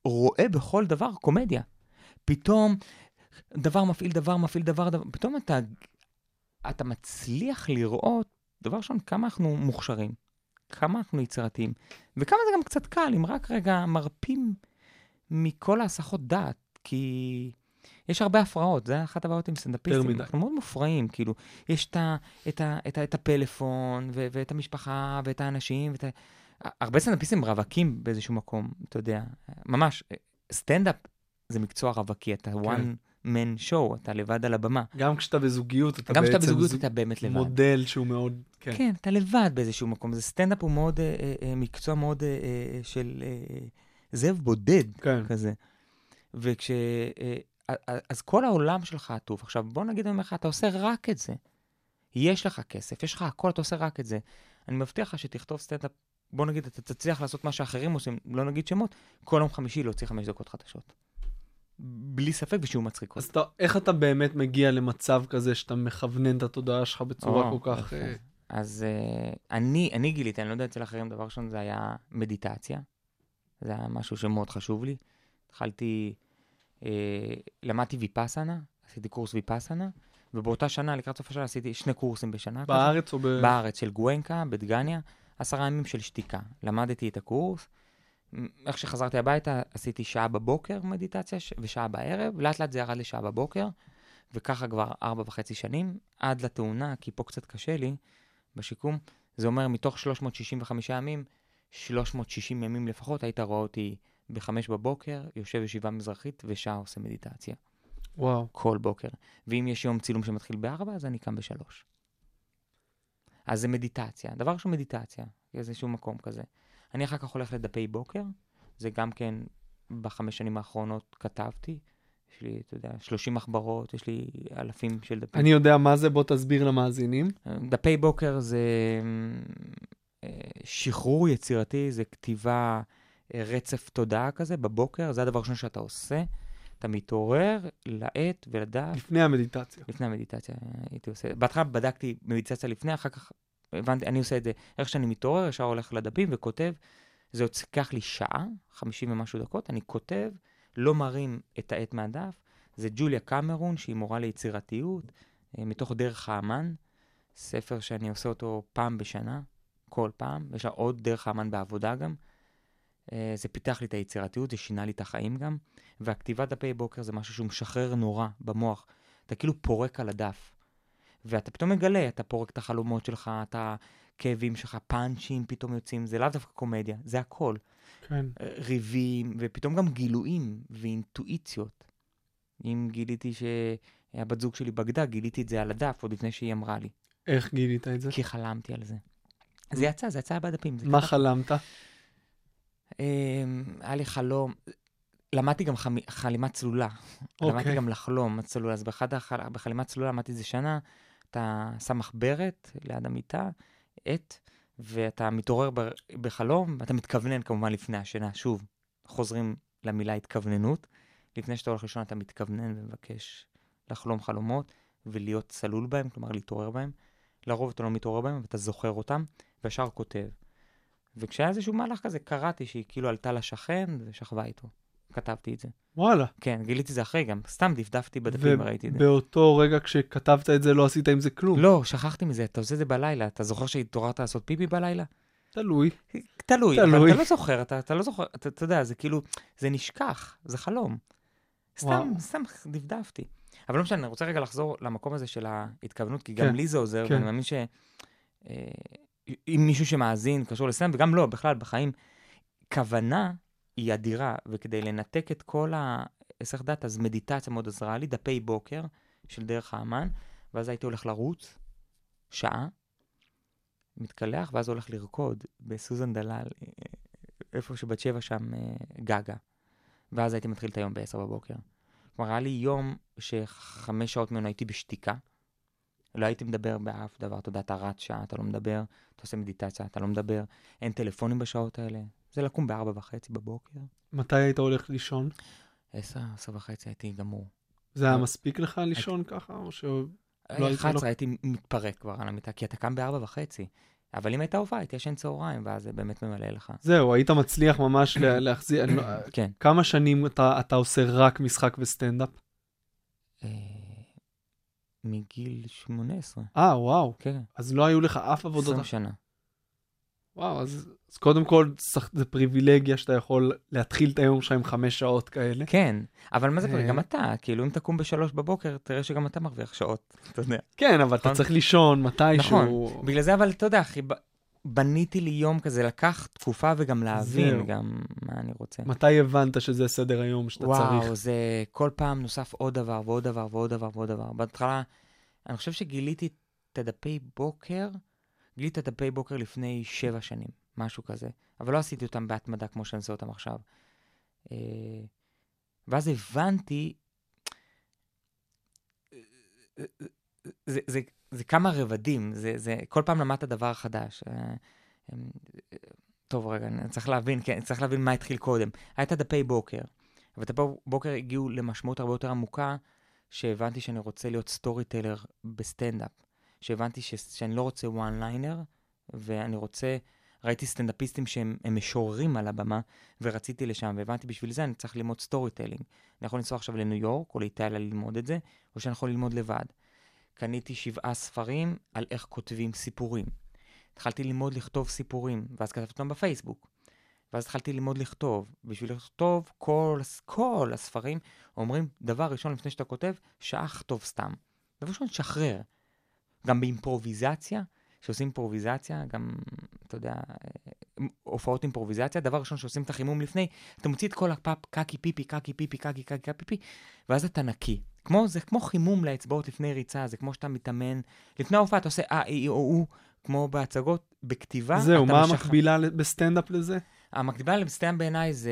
רואה בכל דבר קומדיה. פתאום דבר מפעיל דבר, מפעיל דבר, דבר. פתאום אתה, אתה מצליח לראות, דבר ראשון, כמה אנחנו מוכשרים, כמה אנחנו יצירתיים, וכמה זה גם קצת קל, אם רק רגע מרפים מכל ההסחות דעת, כי יש הרבה הפרעות, זה אחת הבעיות עם סטנדאפיסטים, אנחנו מאוד מופרעים, כאילו, יש את, ה, את, ה, את, ה, את הפלאפון, ו, ואת המשפחה, ואת האנשים, ואת ה... הרבה סטנדאפיסטים רווקים באיזשהו מקום, אתה יודע, ממש, סטנדאפ זה מקצוע רווקי, אתה one man show, אתה לבד על הבמה. גם כשאתה בזוגיות, אתה גם בעצם כשאתה בזוגיות, אתה באמת לבד. מודל שהוא מאוד... כן, כן, אתה לבד באיזשהו מקום. זה סטנדאפ הוא מאוד, אה, אה, מקצוע מאוד אה, אה, של אה, זאב בודד כן. כזה. וכש... אה, אז כל העולם שלך עטוף. עכשיו, בוא נגיד לך, אתה עושה רק את זה. יש לך כסף, יש לך הכל, אתה עושה רק את זה. אני מבטיח לך שתכתוב סטנדאפ, בוא נגיד, אתה תצליח לעשות מה שאחרים עושים, לא נגיד שמות, כל יום חמישי להוציא חמש דקות חדשות. בלי ספק ושהוא מצחיק. אז אתה, איך אתה באמת מגיע למצב כזה שאתה מכוונן את התודעה שלך בצורה או, כל כך... יפה. אז uh, אני, אני גיליתי, אני לא יודע אצל אחרים, דבר ראשון זה היה מדיטציה. זה היה משהו שמאוד חשוב לי. התחלתי, uh, למדתי ויפאסנה, עשיתי קורס ויפאסנה, ובאותה שנה, לקראת סוף השנה, עשיתי שני קורסים בשנה. בארץ כזה. או ב... בארץ, של גואנקה, בדגניה, עשרה ימים של שתיקה. למדתי את הקורס. איך שחזרתי הביתה, עשיתי שעה בבוקר מדיטציה ושעה בערב, לאט לאט זה ירד לשעה בבוקר, וככה כבר ארבע וחצי שנים, עד לתאונה, כי פה קצת קשה לי, בשיקום, זה אומר מתוך שלוש מאות שישים וחמישה ימים, שלוש מאות שישים ימים לפחות, היית רואה אותי בחמש בבוקר, יושב ישיבה מזרחית, ושעה עושה מדיטציה. וואו. כל בוקר. ואם יש יום צילום שמתחיל בארבע, אז אני קם בשלוש. אז זה מדיטציה. דבר ראשון מדיטציה, איזשהו מקום כזה. אני אחר כך הולך לדפי בוקר, זה גם כן בחמש שנים האחרונות כתבתי, יש לי, אתה יודע, שלושים מחברות, יש לי אלפים של דפים. אני יודע מה זה, בוא תסביר למאזינים. דפי בוקר זה שחרור יצירתי, זה כתיבה רצף תודעה כזה בבוקר, זה הדבר ראשון שאתה עושה, אתה מתעורר לעת ולדעת. לפני המדיטציה. לפני המדיטציה הייתי עושה, בהתחלה בדקתי מדיטציה לפני, אחר כך הבנתי, אני עושה את זה, איך שאני מתעורר, ישר הולך לדפים וכותב, זה ייקח לי שעה, חמישים ומשהו דקות, אני כותב, לא מרים את העט מהדף, זה ג'וליה קמרון, שהיא מורה ליצירתיות, מתוך דרך האמן, ספר שאני עושה אותו פעם בשנה, כל פעם, יש לה עוד דרך האמן בעבודה גם, זה פיתח לי את היצירתיות, זה שינה לי את החיים גם, והכתיבת דפי בוקר זה משהו שהוא משחרר נורא במוח, אתה כאילו פורק על הדף, ואתה פתאום מגלה, אתה פורק את החלומות שלך, אתה כאבים שלך, פאנצ'ים פתאום יוצאים, זה לאו דווקא קומדיה, זה הכל. כן. ריבים, ופתאום גם גילויים ואינטואיציות. אם גיליתי שהבת זוג שלי בגדה, גיליתי את זה על הדף, עוד לפני שהיא אמרה לי. איך גילית את זה? כי חלמתי על זה. זה יצא, זה יצא בדפים. מה חלמת? היה לי חלום, למדתי גם חלימה צלולה. למדתי גם לחלום צלולה, אז בחלימה צלולה למדתי איזה שנה, אתה שם מחברת ליד המיטה, עת, ואתה מתעורר בחלום, ואתה מתכוונן כמובן לפני השינה. שוב, חוזרים למילה התכווננות. לפני שאתה הולך לישון אתה מתכוונן ומבקש לחלום חלומות, ולהיות צלול בהם, כלומר להתעורר בהם. לרוב אתה לא מתעורר בהם, ואתה זוכר אותם, וישר כותב. וכשהיה איזשהו מהלך כזה, קראתי שהיא כאילו עלתה לשכן, ושכבה איתו. כתבתי את זה. וואלה. כן, גיליתי את זה אחרי גם. סתם דפדפתי בדפים וראיתי את זה. ובאותו רגע כשכתבת את זה, לא עשית עם זה כלום? לא, שכחתי מזה. אתה עושה את זה בלילה. אתה זוכר שהתעוררת לעשות פיפי בלילה? תלוי. תלוי, אבל אתה לא זוכר. אתה, אתה לא זוכר. אתה, אתה יודע, זה כאילו, זה נשכח. זה חלום. סתם, סתם דפדפתי. אבל לא משנה, אני רוצה רגע לחזור למקום הזה של ההתכוונות, כי גם לי זה עוזר, ואני מאמין שאם מישהו שמאזין קשור לסם, וגם לא, בכלל, בחיים, כוונה היא אדירה, וכדי לנתק את כל העסק דת, אז מדיטציה מאוד עזרה לי, דפי בוקר של דרך האמן, ואז הייתי הולך לרוץ, שעה, מתקלח, ואז הולך לרקוד בסוזן דלל, איפה שבת שבע שם גגה. ואז הייתי מתחיל את היום בעשר בבוקר. כלומר, היה לי יום שחמש שעות ממנו הייתי בשתיקה, לא הייתי מדבר באף דבר, אתה יודע, אתה רץ שעה, אתה לא מדבר, אתה עושה מדיטציה, אתה לא מדבר, אין טלפונים בשעות האלה, זה לקום בארבע וחצי בבוקר. מתי היית הולך לישון? עשר, עשר וחצי הייתי גמור. זה היה מספיק לך לישון ככה, או ש... אחת עשרה הייתי מתפרק כבר על המיטה, כי אתה קם בארבע וחצי. אבל אם הייתה הופעה, הייתי ישן צהריים, ואז זה באמת ממלא לך. זהו, היית מצליח ממש לה- להחזיר... אני לא- כן. כמה שנים אתה אתה עושה רק משחק וסטנדאפ? אה, מגיל שמונה עשרה. אה, וואו. כן, אז לא היו לך אף עבודות... עשרים שנה. וואו, אז, אז קודם כל שח- זה פריבילגיה שאתה יכול להתחיל את היום שלך עם חמש שעות כאלה. כן, אבל מה זה אה. פריבילגיה? גם אתה, כאילו אם תקום בשלוש בבוקר, תראה שגם אתה מרוויח שעות, אתה יודע. כן, אבל אתה נכון. צריך לישון מתישהו. נכון, בגלל זה אבל אתה יודע, אחי, ב- בניתי לי יום כזה, לקח תקופה וגם להבין זהו. גם מה אני רוצה. מתי הבנת שזה סדר היום שאתה וואו, צריך? זה כל פעם נוסף עוד דבר ועוד דבר ועוד דבר ועוד דבר. בהתחלה, אני חושב שגיליתי את הדפי בוקר, גיליתי את הדפי בוקר לפני שבע שנים, משהו כזה. אבל לא עשיתי אותם בהתמדה כמו שאני עושה אותם עכשיו. אה, ואז הבנתי, זה, זה, זה כמה רבדים, זה, זה, כל פעם למדת דבר חדש. אה, אה, טוב, רגע, אני צריך להבין, כן, צריך להבין מה התחיל קודם. היה את הדפי בוקר, ודפי בוקר הגיעו למשמעות הרבה יותר עמוקה, שהבנתי שאני רוצה להיות סטורי טיילר בסטנדאפ. שהבנתי ש, שאני לא רוצה וואן ליינר, ואני רוצה, ראיתי סטנדאפיסטים שהם הם משוררים על הבמה, ורציתי לשם, והבנתי בשביל זה אני צריך ללמוד סטורי טיילינג. אני יכול לנסוע עכשיו לניו יורק, או לאיטליה ללמוד את זה, או שאני יכול ללמוד לבד. קניתי שבעה ספרים על איך כותבים סיפורים. התחלתי ללמוד לכתוב סיפורים, ואז כתבתי אותם בפייסבוק. ואז התחלתי ללמוד לכתוב. בשביל לכתוב כל, כל הספרים, אומרים, דבר ראשון לפני שאתה כותב, שעה כתוב סתם. דבר ראשון, שחרר. גם באימפרוביזציה, שעושים אימפרוביזציה, גם, אתה יודע, הופעות אימפרוביזציה, דבר ראשון שעושים את החימום לפני, אתה מוציא את כל הפאפ, קקי פיפי, קקי פיפי, קקי קקי פיפי, ואז אתה נקי. כמו, זה כמו חימום לאצבעות לפני ריצה, זה כמו שאתה מתאמן. לפני ההופעה אתה עושה אה, אי, או, או, כמו בהצגות, בכתיבה. זהו, מה משח... המקבילה בסטנדאפ לזה? המקבילה בסטנדאפ בעיניי זה,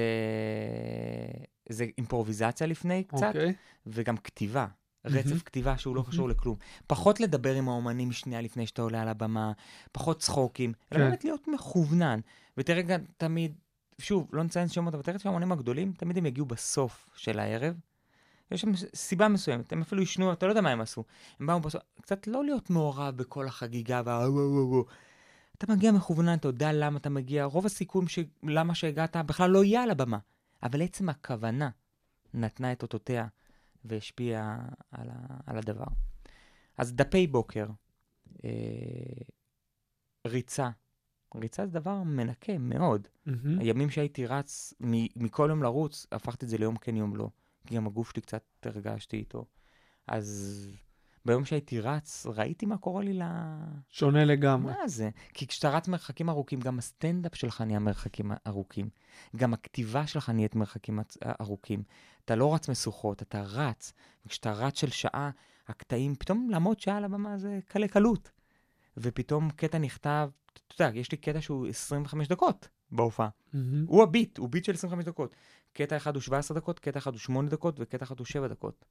זה אימפרוביזציה לפני קצת, אוקיי. וגם כתיבה. רצף Mhm. כתיבה שהוא לא קשור לכלום. פחות לדבר עם האומנים שנייה לפני שאתה עולה על הבמה, פחות צחוקים, אלא כן. באמת להיות מכוונן. ותראה גם תמיד, שוב, לא נציין שמות, אבל תראה שהאומנים הגדולים, תמיד הם יגיעו בסוף של הערב. יש שם סיבה מסוימת, הם אפילו ישנו, אתה לא יודע מה הם עשו. הם באו בסוף, קצת לא להיות מעורב בכל החגיגה, וה... אתה מגיע מכוונן, אתה יודע למה אתה מגיע, רוב הסיכויים ש... למה שהגעת בכלל לא יהיה על הבמה. אבל עצם הכוונה נתנה את אותותיה. והשפיע על, ה, על הדבר. אז דפי בוקר, אה, ריצה. ריצה זה דבר מנקה מאוד. Mhm. הימים שהייתי רץ, מ, מכל יום לרוץ, הפכתי את זה ליום כן יום לא. כי גם הגוף שלי קצת הרגשתי איתו. אז ביום שהייתי רץ, ראיתי מה קורה לי ל... שונה לגמרי. מה זה? כי כשאתה רץ מרחקים ארוכים, גם הסטנדאפ שלך נהיה מרחקים ארוכים. גם הכתיבה שלך נהיית מרחקים ארוכים. אתה לא רץ משוכות, אתה רץ. וכשאתה רץ של שעה, הקטעים, פתאום לעמוד שעה על הבמה זה קלה קלות. ופתאום קטע נכתב, אתה יודע, יש לי קטע שהוא עשרים וחמש דקות בהופעה. Mhm. הוא הביט, הוא ביט של עשרים וחמש דקות. קטע אחד הוא שבע עשרה דקות, קטע אחד הוא שמונה דקות, וקטע אחד הוא שבע דקות.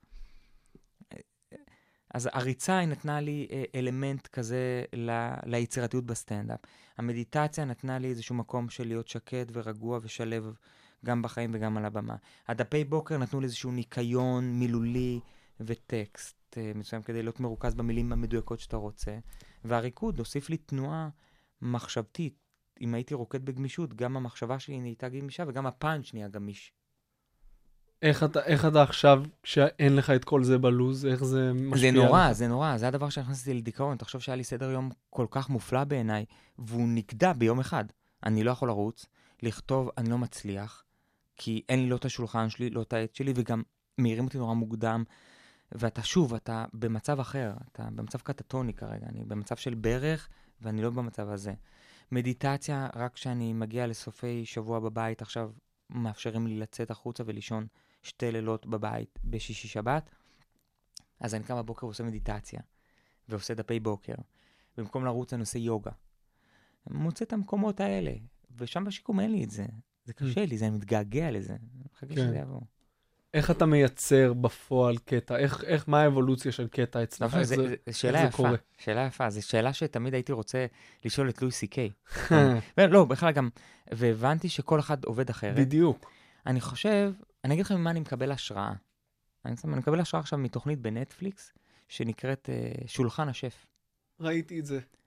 אז הריצה היא נתנה לי אלמנט כזה ל- ליצירתיות בסטנדאפ. המדיטציה נתנה לי איזשהו מקום של להיות שקט ורגוע ושלב גם בחיים וגם על הבמה. הדפי בוקר נתנו לי איזשהו ניקיון מילולי וטקסט אה, מסוים כדי להיות מרוכז במילים המדויקות שאתה רוצה. והריקוד הוסיף לי תנועה מחשבתית. אם הייתי רוקד בגמישות, גם המחשבה שלי נהייתה גמישה וגם הפאנץ' נהיה גמיש. איך אתה, איך אתה עכשיו, כשאין לך את כל זה בלוז, איך זה משפיע? זה נורא, זה נורא, זה הדבר שהכנסתי לדיכאון. תחשוב שהיה לי סדר יום כל כך מופלא בעיניי, והוא נגדע ביום אחד. אני לא יכול לרוץ, לכתוב, אני לא מצליח, כי אין לי לא את השולחן שלי, לא את העט שלי, וגם מעירים אותי נורא מוקדם, ואתה שוב, אתה במצב אחר, אתה במצב קטטוני כרגע, אני במצב של ברך, ואני לא במצב הזה. מדיטציה, רק כשאני מגיע לסופי שבוע בבית, עכשיו מאפשרים לי לצאת החוצה ולישון שתי לילות בבית בשישי שבת, אז אני קם בבוקר ועושה מדיטציה, ועושה דפי בוקר. במקום לרוץ אני עושה יוגה. אני מוצא את המקומות האלה, ושם בשיקום אין לי את זה. זה קשה לי, זה, אני מתגעגע לזה. אני מחכה שזה יבוא. איך אתה מייצר בפועל קטע? איך, איך, מה האבולוציה של קטע אצלך? איך זה, זה, זה, איך שאלה זה יפה, קורה? שאלה יפה. זו שאלה שתמיד הייתי רוצה לשאול את לואי סי קיי. לא, בכלל גם, והבנתי שכל אחד עובד אחרת. בדיוק. אני חושב, אני אגיד לכם ממה אני מקבל השראה. אני, אני מקבל השראה עכשיו מתוכנית בנטפליקס, שנקראת uh, שולחן השף. ראיתי את זה.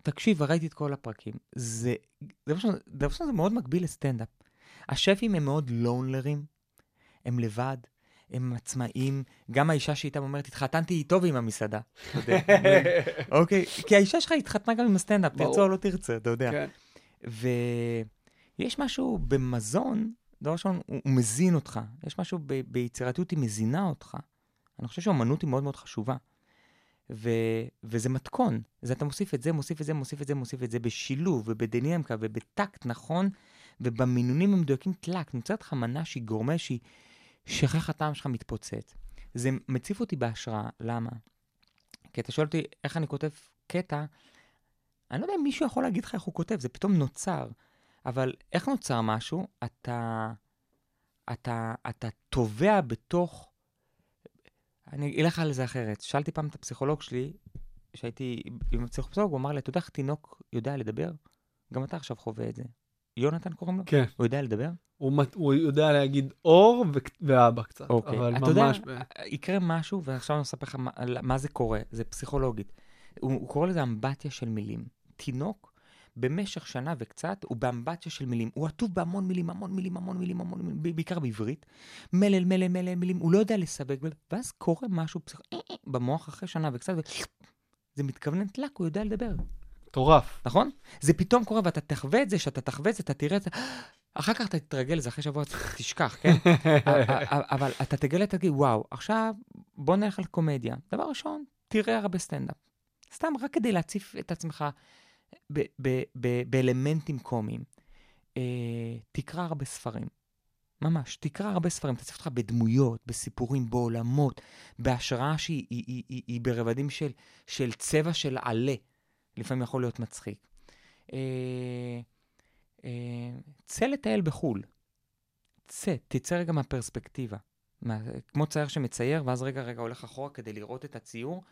תקשיב, ראיתי את כל הפרקים. זה, דבר ראשון, דבר ראשון, זה מאוד מקביל לסטנדאפ. השפים הם מאוד לונלרים, הם לבד, הם עצמאים. גם האישה שאיתם אומרת, התחתנתי איתו ועם המסעדה. אתה יודע. אוקיי? כי האישה שלך התחתנה גם עם הסטנדאפ, תרצה או לא תרצה, אתה יודע. כן. ויש משהו במזון, דבר ראשון, הוא, הוא מזין אותך. יש משהו ב, ביצירתיות, היא מזינה אותך. אני חושב שהאמנות היא מאוד מאוד חשובה. ו, וזה מתכון. אז אתה מוסיף את זה, מוסיף את זה, מוסיף את זה, מוסיף את זה בשילוב ובדינמיקה ובטקט נכון, ובמינונים המדויקים תלק. נמצא לך מנה שהיא גורמה, שהיא שכח הטעם שלך מתפוצץ. זה מציף אותי בהשראה. למה? כי אתה שואל אותי איך אני כותב קטע, אני לא יודע אם מישהו יכול להגיד לך איך הוא כותב, זה פתאום נוצר. אבל איך נוצר משהו? אתה, אתה, אתה תובע בתוך, אני אלך על זה אחרת. שאלתי פעם את הפסיכולוג שלי, שהייתי עם הפסיכולוג, הוא אמר לי, אתה יודע איך תינוק יודע לדבר? גם אתה עכשיו חווה את זה. יונתן קוראים לו? כן. הוא יודע לדבר? הוא, הוא יודע להגיד אור ו... ואבא קצת, אוקיי. אבל אתה ממש... יודע, ב... יקרה משהו, ועכשיו אני אספר לך מה, מה זה קורה, זה פסיכולוגית. הוא, הוא קורא לזה אמבטיה של מילים. תינוק, במשך שנה וקצת, הוא באמבטיה של מילים. הוא עטוב בהמון מילים, המון מילים, המון מילים, המון מילים, בעיקר בעברית. מלל, מלל, מלל, מילים, הוא לא יודע לסווג, ואז קורה משהו פסיכ... במוח אחרי שנה וקצת, וזה מתכוונן תלק, הוא יודע לדבר. מטורף. נכון? זה פתאום קורה, ואתה תחווה את זה, שאתה תחווה את זה, אתה תראה את זה, אחר כך אתה תתרגל לזה, אחרי שבוע תשכח, כן? אבל אתה תגלה, תגיד, וואו, עכשיו בוא נלך על קומדיה. דבר ראשון, תראה הרבה סטנדאפ. סתם רק כדי להציף את עצמך באלמנטים קומיים. תקרא הרבה ספרים. ממש, תקרא הרבה ספרים, תציף אותך בדמויות, בסיפורים, בעולמות, בהשראה שהיא ברבדים של צבע של עלה. לפעמים יכול להיות מצחיק. צא לטייל בחול. צא, תצא רגע מהפרספקטיבה. כמו צייר שמצייר, ואז רגע רגע הולך אחורה כדי לראות את הציור.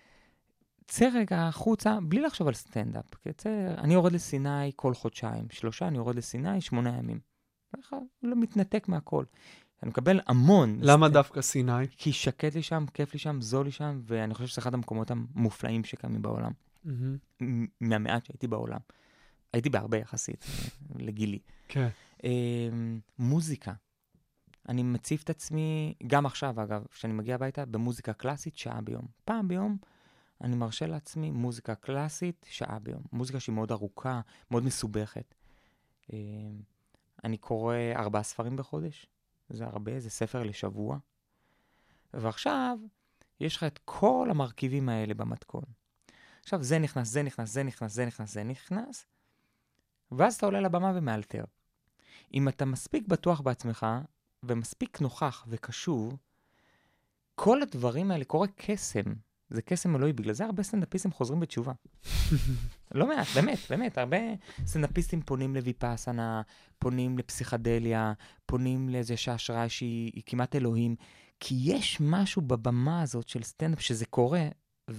צא רגע החוצה, בלי לחשוב על סטנדאפ. אני יורד לסיני כל חודשיים. שלושה, אני יורד לסיני שמונה ימים. לא מתנתק מהכל. אני מקבל המון. למה דווקא סיני? כי שקט לי שם, כיף לי שם, זול לי שם, ואני חושב שזה אחד המקומות המופלאים שקיימים בעולם. מהמעט שהייתי בעולם. הייתי בהרבה יחסית, לגילי. כן. מוזיקה. אני מציף את עצמי, גם עכשיו אגב, כשאני מגיע הביתה, במוזיקה קלאסית שעה ביום. פעם ביום אני מרשה לעצמי מוזיקה קלאסית שעה ביום. מוזיקה שהיא מאוד ארוכה, מאוד מסובכת. אני קורא ארבעה ספרים בחודש. זה הרבה, זה ספר לשבוע. ועכשיו, יש לך את כל המרכיבים האלה במתכון. עכשיו, זה נכנס, זה נכנס, זה נכנס, זה נכנס, זה נכנס, ואז אתה עולה לבמה ומאלתר. אם אתה מספיק בטוח בעצמך, ומספיק נוכח וקשוב, כל הדברים האלה קורה קסם. זה קסם אלוהי, בגלל זה הרבה סטנדאפיסטים חוזרים בתשובה. לא מעט, באמת, באמת, הרבה סטנדאפיסטים פונים לויפאסנה, פונים לפסיכדליה, פונים לאיזה שהשראה שהיא כמעט אלוהים, כי יש משהו בבמה הזאת של סטנדאפ שזה קורה,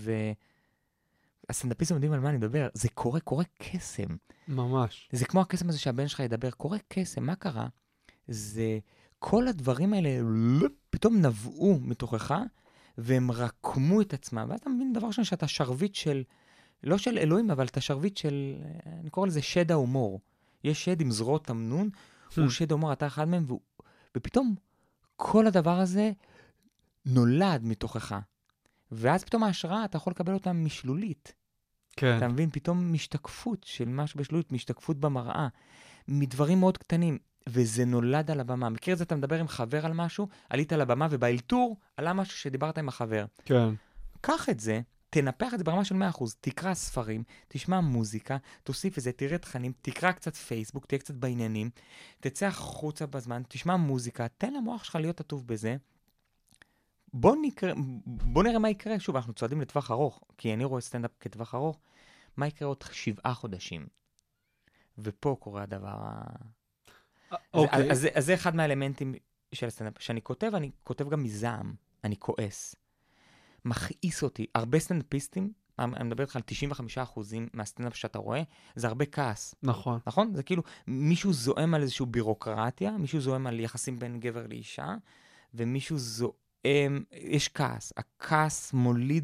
והסטנדאפיסטים יודעים על מה אני מדבר, זה קורה, קורה קסם. ממש. זה כמו הקסם הזה שהבן שלך ידבר, קורה קסם, מה קרה? זה כל הדברים האלה פתאום נבעו מתוכך, והם רקמו את עצמם. ואז אתה מבין דבר ראשון שאתה שרביט של, לא של אלוהים, אבל אתה שרביט של, אני קורא לזה שד ההומור. יש שד עם זרועות תמנון, הוא שד ההומור, אתה אחד מהם, והוא, ופתאום כל הדבר הזה נולד מתוכך. ואז פתאום ההשראה, אתה יכול לקבל אותה משלולית. כן. אתה מבין? פתאום משתקפות של משהו בשלולית, משתקפות במראה, מדברים מאוד קטנים. וזה נולד על הבמה. מכיר את זה, אתה מדבר עם חבר על משהו, עלית על הבמה, ובאלתור עלה משהו שדיברת עם החבר. כן. קח את זה, תנפח את זה ברמה של מאה אחוז, תקרא ספרים, תשמע מוזיקה, תוסיף את זה, תראה תכנים, תקרא קצת פייסבוק, תהיה קצת בעניינים, תצא החוצה בזמן, תשמע מוזיקה, תן למוח שלך להיות עטוב בזה. בוא, נקרא, בוא נראה מה יקרה. שוב, אנחנו צועדים לטווח ארוך, כי אני רואה סטנדאפ כטווח ארוך. מה יקרה עוד שבעה חודשים? ופה קורה הדבר ה... אוקיי. אז, אז, אז זה אחד מהאלמנטים של הסטנדאפ. כשאני כותב, אני כותב גם מזעם. אני כועס. מכעיס אותי. הרבה סטנדאפיסטים, אני מדבר איתך על תשעים וחמישה אחוז מהסטנדאפ שאתה רואה, זה הרבה כעס. נכון. נכון? זה כאילו, מישהו זועם על איזושהי בירוקרטיה, מישהו זועם על יחסים בין גבר לאישה, ומישהו זועם, יש כעס. הכעס מוליד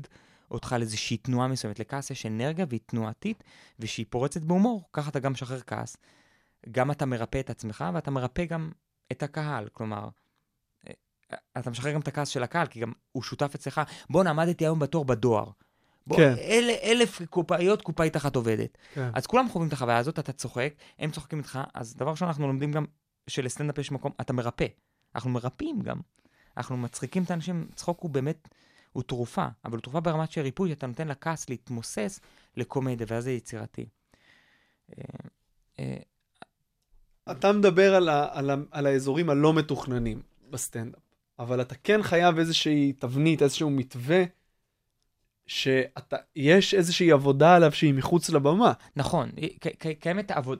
אותך על איזושהי תנועה מסוימת. לכעס יש אנרגיה והיא תנועתית, ושהיא פורצת בהומור. ככה אתה גם משחרר כעס. גם אתה מרפא את עצמך, ואתה מרפא גם את הקהל. כלומר, אתה משחרר גם את הכעס של הקהל, כי גם הוא שותף אצלך. בוא, נעמדתי היום בתור בדואר. בוא, כן. אל, אלף קופאיות, קופאית אחת עובדת. כן. אז כולם חווים את החוויה הזאת, אתה צוחק, הם צוחקים איתך, אז דבר ראשון אנחנו לומדים גם שלסטנדאפ יש מקום, אתה מרפא. אנחנו מרפאים גם. אנחנו מצחיקים את האנשים, צחוק הוא באמת, הוא תרופה, אבל הוא תרופה ברמת של ריפוי, אתה נותן לכעס להתמוסס לקומדיה, ואז זה יצירתי. אתה מדבר על, ה, על, ה, על האזורים הלא מתוכננים בסטנדאפ, אבל אתה כן חייב איזושהי תבנית, איזשהו מתווה, שיש איזושהי עבודה עליו שהיא מחוץ לבמה. נכון, קיימת העבודה.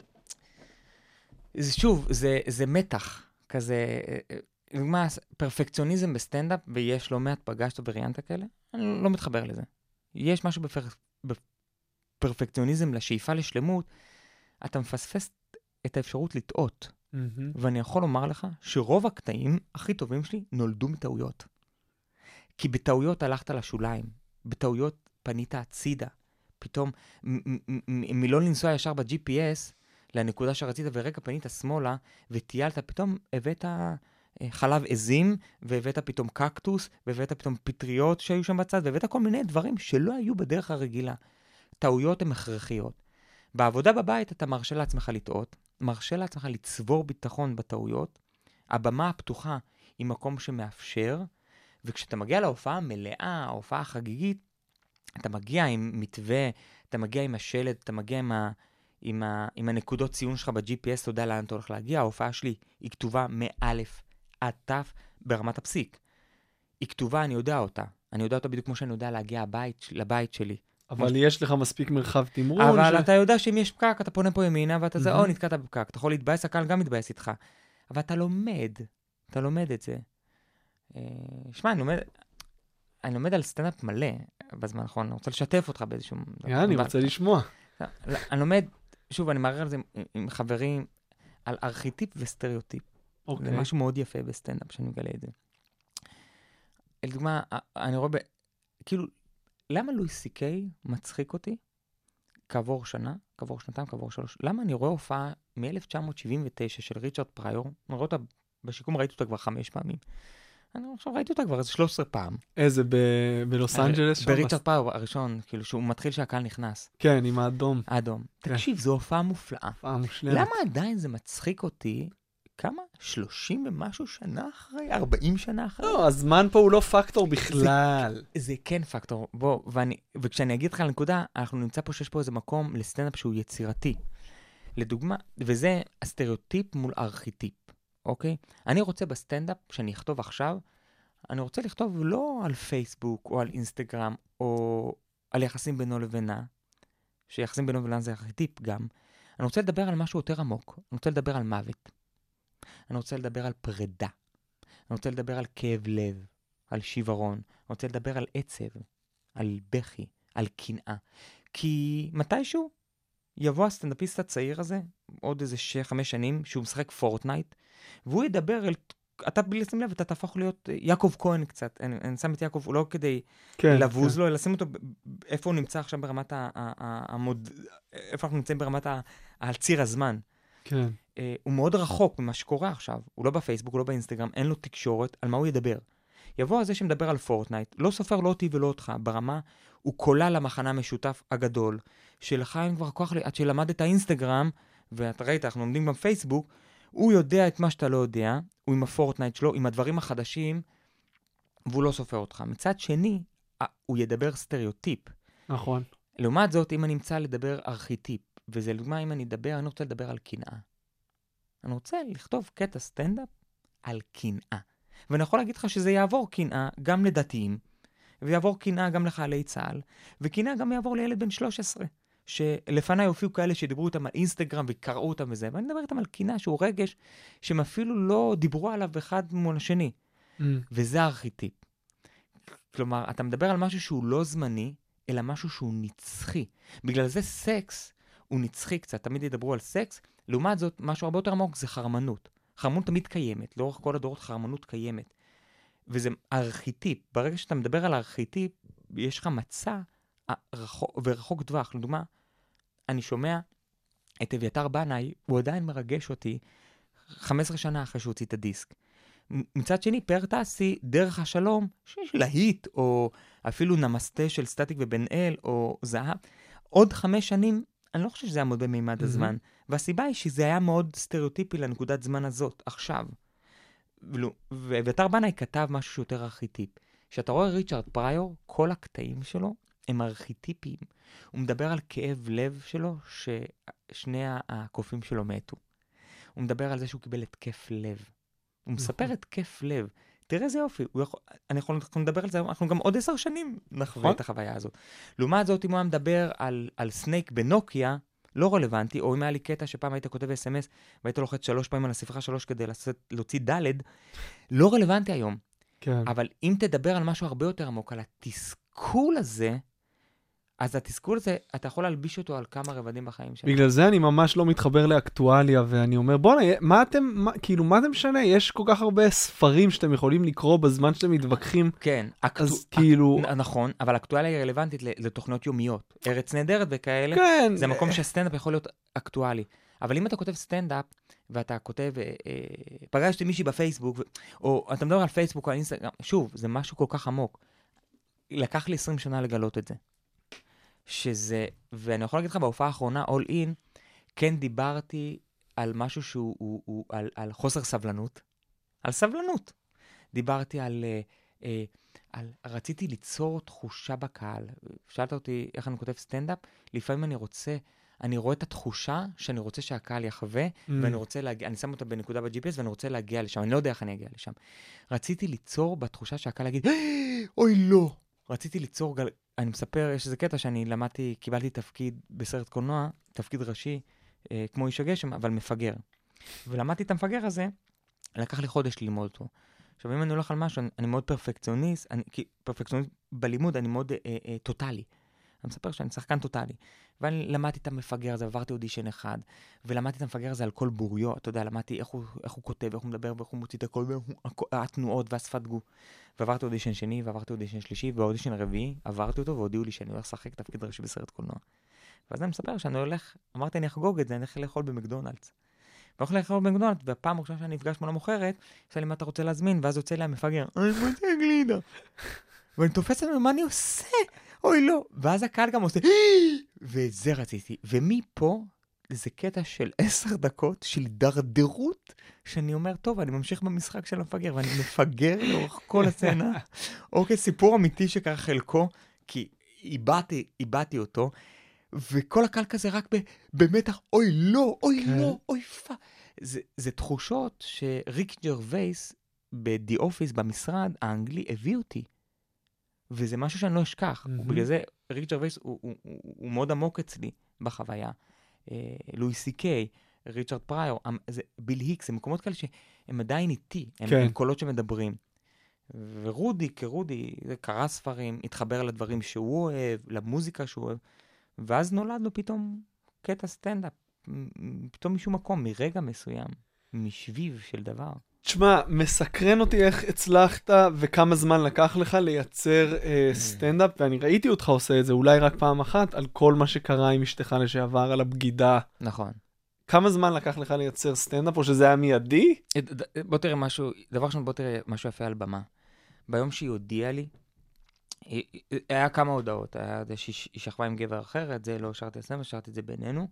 שוב, זה, זה מתח, כזה, מה, פרפקציוניזם בסטנדאפ, ויש לא מעט פגשת וריאנטה כאלה, אני לא מתחבר לזה. יש משהו בפר, בפרפקציוניזם לשאיפה לשלמות, אתה מפספס את האפשרות לטעות. Mm-hmm. ואני יכול לומר לך שרוב הקטעים הכי טובים שלי נולדו מטעויות. כי בטעויות הלכת לשוליים, בטעויות פנית הצידה. פתאום, מלא לנסוע ישר ב-ג'י פי אס לנקודה שרצית ורגע פנית שמאלה וטיילת, פתאום הבאת חלב עזים, והבאת פתאום קקטוס, והבאת פתאום פטריות שהיו שם בצד, והבאת כל מיני דברים שלא היו בדרך הרגילה. טעויות הן הכרחיות. בעבודה בבית אתה מרשה לעצמך לטעות, מרשה לעצמך לצבור ביטחון בטעויות, הבמה הפתוחה היא מקום שמאפשר, וכשאתה מגיע להופעה מלאה, ההופעה החגיגית, אתה מגיע עם מתווה, אתה מגיע עם השלד, אתה מגיע עם, ה, עם, ה, עם הנקודות ציון שלך ב-ג'י פי אס, אתה יודע לאן אתה הולך להגיע. ההופעה שלי היא כתובה מאלף עד תף ברמת הפסיק. היא כתובה, אני יודע אותה. אני יודע אותה בדיוק כמו שאני יודע להגיע הבית, לבית שלי. אבל ש... יש לך מספיק מרחב תמרון. אבל ש... אתה יודע שאם יש פקק, אתה פונה פה ימינה, ואתה זה, או, נתקעת בפקק. אתה יכול להתבאס, הקהל גם מתבאס איתך. אבל אתה לומד, אתה לומד את זה. שמע, אני לומד, אני לומד על סטנדאפ מלא בזמן האחרון, אני רוצה לשתף אותך באיזשהו... יאללה, אני רוצה לשמוע. אני לומד, שוב, אני מערער על זה עם חברים, על ארכיטיפ וסטריאוטיפ. זה משהו מאוד יפה בסטנדאפ, שאני מגלה את זה. לדוגמה, אני רואה, כאילו, למה לואי סי קיי מצחיק אותי כעבור שנה, כעבור שנתיים, כעבור שלוש? למה אני רואה הופעה מ-אלף תשע מאות שבעים ותשע של ריצ'רד פריור, אני רואה אותה בשיקום, ראיתי אותה כבר חמש פעמים. אני עכשיו ראיתי אותה כבר איזה שלוש עשרה פעם. איזה, בלוס אנג'לס? בריצ'רד פריור הראשון, כאילו שהוא מתחיל שהקהל נכנס. כן, עם האדום. האדום. תקשיב, זו הופעה מופלאה. הופעה מושלמת. למה עדיין זה מצחיק אותי? כמה? שלושים ומשהו שנה אחרי? ארבעים שנה אחרי? לא, הזמן פה הוא לא פקטור בכלל. זה, זה כן פקטור. בוא, ואני, וכשאני אגיד לך על נקודה, אנחנו נמצא פה שיש פה איזה מקום לסטנדאפ שהוא יצירתי. לדוגמה, וזה הסטריאוטיפ מול ארכיטיפ, אוקיי? אני רוצה בסטנדאפ, שאני אכתוב עכשיו, אני רוצה לכתוב לא על פייסבוק או על אינסטגרם, או על יחסים בינו לבינה, שיחסים בינו לבינה זה ארכיטיפ גם. אני רוצה לדבר על משהו יותר עמוק. אני רוצה לדבר על מוות. אני רוצה לדבר על פרידה. אני רוצה לדבר על כאב לב, על שיוורון. אני רוצה לדבר על עצב, על בכי, על קנאה. כי מתישהו יבוא הסטנדאפיסט הצעיר הזה, עוד איזה חמש שנים, שהוא משחק פורטנייט, והוא ידבר אל... אתה בלי לשים לב, אתה תהפוך להיות יעקב כהן קצת. אני, אני שם את יעקב, הוא לא כדי כן, לבוז כן. לו, אלא שים אותו, איפה הוא נמצא עכשיו ברמת המוד... איפה אנחנו נמצאים ברמת הציר הזמן. כן. Uh, הוא מאוד רחוק ממה שקורה עכשיו. הוא לא בפייסבוק, הוא לא באינסטגרם, אין לו תקשורת, על מה הוא ידבר. יבוא הזה שמדבר על פורטנייט, לא סופר לא אותי ולא אותך, ברמה, הוא קולה למחנה המשותף הגדול, שלך אין כבר כוח, עד שלמד את האינסטגרם, ואתה ראית, אנחנו עומדים בפייסבוק, הוא יודע את מה שאתה לא יודע, הוא עם הפורטנייט שלו, עם הדברים החדשים, והוא לא סופר אותך. מצד שני, הוא ידבר סטריאוטיפ. נכון. לעומת זאת, אם אני אמצא לדבר ארכיטיפ, וזה לדוגמה, אם אני אדבר, אני רוצה לדבר על קנאה. אני רוצה לכתוב קטע סטנדאפ על קנאה. ואני יכול להגיד לך שזה יעבור קנאה גם לדתיים, ויעבור קנאה גם לחיילי צה"ל, וקנאה גם יעבור לילד בן שלוש עשרה, שלפניי הופיעו כאלה שדיברו איתם על אינסטגרם וקראו אותם וזה, ואני מדבר איתם על קנאה שהוא רגש שהם אפילו לא דיברו עליו אחד מול השני. Mm. וזה הארכיטיפ. כלומר, אתה מדבר על משהו שהוא לא זמני, אלא משהו שהוא נצחי. בגלל זה סקס הוא נצחי קצת. תמיד ידברו על סקס. לעומת זאת, משהו הרבה יותר עמוק זה חרמנות. חרמנות תמיד קיימת. לאורך כל הדורות חרמנות קיימת. וזה ארכיטיפ. ברגע שאתה מדבר על ארכיטיפ, יש לך מצע רחוק, ורחוק טווח. לדוגמה, אני שומע את אביתר בנאי, הוא עדיין מרגש אותי חמש עשרה שנה אחרי שהוא הוציא את הדיסק. מצד שני, פאר טסי, דרך השלום, שיש להיט, או אפילו נמסטה של סטטיק ובן אל, או זהב, עוד חמש שנים, אני לא חושב שזה היה מאוד במימד mm-hmm. הזמן. והסיבה היא שזה היה מאוד סטריאוטיפי לנקודת זמן הזאת, עכשיו. ואביתר בנאי כתב משהו שיותר ארכיטיפ. כשאתה רואה ריצ'רד פריור, כל הקטעים שלו הם ארכיטיפיים. הוא מדבר על כאב לב שלו, ששני הקופים שלו מתו. הוא מדבר על זה שהוא קיבל התקף לב. הוא מספר התקף לב. תראה איזה יופי. יכול, אני יכול, אנחנו נדבר על זה, אנחנו גם עוד עשר שנים נחווה את החוויה הזאת. לעומת זאת, אם הוא היה מדבר על, על סנייק בנוקיה, לא רלוונטי, או אם היה לי קטע שפעם היית כותב אס אם אס, והיית לוחץ שלוש פעמים על הספרה שלוש כדי לעשות, להוציא דלת, לא רלוונטי היום. כן. אבל אם תדבר על משהו הרבה יותר עמוק, על התסכול הזה, אז התסכול הזה, אתה יכול להלביש אותו על כמה רבדים בחיים שלך. בגלל זה אני ממש לא מתחבר לאקטואליה, ואני אומר, בוא'נה, מה אתם, מה, כאילו, מה זה משנה? יש כל כך הרבה ספרים שאתם יכולים לקרוא בזמן שאתם מתווכחים. כן. אז אקטו... כאילו... נכון, אבל אקטואליה היא רלוונטית לתוכניות יומיות. ארץ נהדרת וכאלה. כן. זה מקום שהסטנדאפ יכול להיות אקטואלי. אבל אם אתה כותב סטנדאפ, ואתה כותב, אה, אה, פגשתי מישהי בפייסבוק, ו... או אתה מדבר על פייסבוק או על אינסטגרם, שוב, זה משהו כל כך עמוק. לקח לי עשרים שנה לגלות את זה. שזה, ואני יכול להגיד לך, בהופעה האחרונה, All In, כן דיברתי על משהו שהוא, הוא, הוא, על, על חוסר סבלנות. על סבלנות. דיברתי על, אה, אה, על, רציתי ליצור תחושה בקהל. שאלת אותי איך אני כותב סטנדאפ, לפעמים אני רוצה, אני רואה את התחושה שאני רוצה שהקהל יחווה, mm. ואני רוצה להגיע, אני שם אותה בנקודה ב-ג'י פי אס, ואני רוצה להגיע לשם, אני לא יודע איך אני אגיע לשם. רציתי ליצור בתחושה שהקהל יגיד, אוי לא! רציתי ליצור גל... אני מספר, יש איזה קטע שאני למדתי, קיבלתי תפקיד בסרט קולנוע, תפקיד ראשי, אה, כמו איש הגשם, אבל מפגר. ולמדתי את המפגר הזה, לקח לי חודש ללמוד אותו. עכשיו, אם אני הולך על משהו, אני, אני מאוד פרפקציוניסט, אני, כי פרפקציוניסט בלימוד, אני מאוד אה, אה, טוטלי. אני מספר שאני שחקן טוטלי. ואני למדתי את המפגר הזה, עברתי אודישן אחד, ולמדתי את המפגר הזה על כל בוריו, אתה יודע, למדתי איך הוא, איך הוא כותב, איך הוא מדבר, ואיך הוא מוציא את הכל, התנועות והשפת גוף. ועברתי אודישן שני, ועברתי אודישן שלישי, והאודישן הרביעי, עברתי אותו, והודיעו לי שאני הולך לשחק תפקיד ראשי בסרט קולנוע. ואז אני מספר שאני הולך, אמרתי, אני אחגוג את זה, אני הולך לאכול במקדונלדס. ואני הולך לאכול במקדונלדס, והפעם ראשונה שאני נפגש מול המוכרת, שאלה לי מה אתה רוצה להזמין, ואז יוצא לי המפגר, אני רוצה גלידה. ואני תופס את מה אני עושה? אוי לא. ואז הקהל גם עושה, וזה רציתי. ומפה, זה קטע של עשר דקות של דרדרות, שאני אומר, טוב, אני ממשיך במשחק של המפגר, ואני מפגר לאורך כל הסצנה. אוקיי, סיפור אמיתי שקרה חלקו, כי איבדתי, איבדתי אותו, וכל הקהל כזה רק במתח, אוי לא, אוי לא, אוי פה. זה, זה תחושות שריק ג'רווייס, ב-The Office, במשרד האנגלי, הביא אותי. וזה משהו שאני לא אשכח. Mm-hmm. ובגלל זה, ריק ג'רווייס הוא, הוא, הוא, הוא מאוד עמוק אצלי בחוויה. אה, לואי סי קיי, ריצ'רד פריור, זה, ביל היקס, זה מקומות כאלה שהם עדיין איתי, הם, כן. הם קולות שמדברים. ורודי, כרודי, זה קרא ספרים, התחבר לדברים שהוא אוהב, למוזיקה שהוא אוהב, ואז נולד לו פתאום קטע סטנדאפ, פתאום משום מקום, מרגע מסוים, משביב של דבר. תשמע, מסקרן אותי איך הצלחת וכמה זמן לקח לך לייצר אה, סטנדאפ, ואני ראיתי אותך עושה את זה אולי רק פעם אחת, על כל מה שקרה עם אשתך לשעבר, על הבגידה. נכון. כמה זמן לקח לך לייצר סטנדאפ, או שזה היה מיידי? בוא תראה משהו, דבר ראשון, בוא תראה משהו יפה על במה. ביום שהיא הודיעה לי, היה כמה הודעות, היה שהיא שכבה עם גבר אחר, את זה לא שרתי לסמל, שרתי את זה בינינו.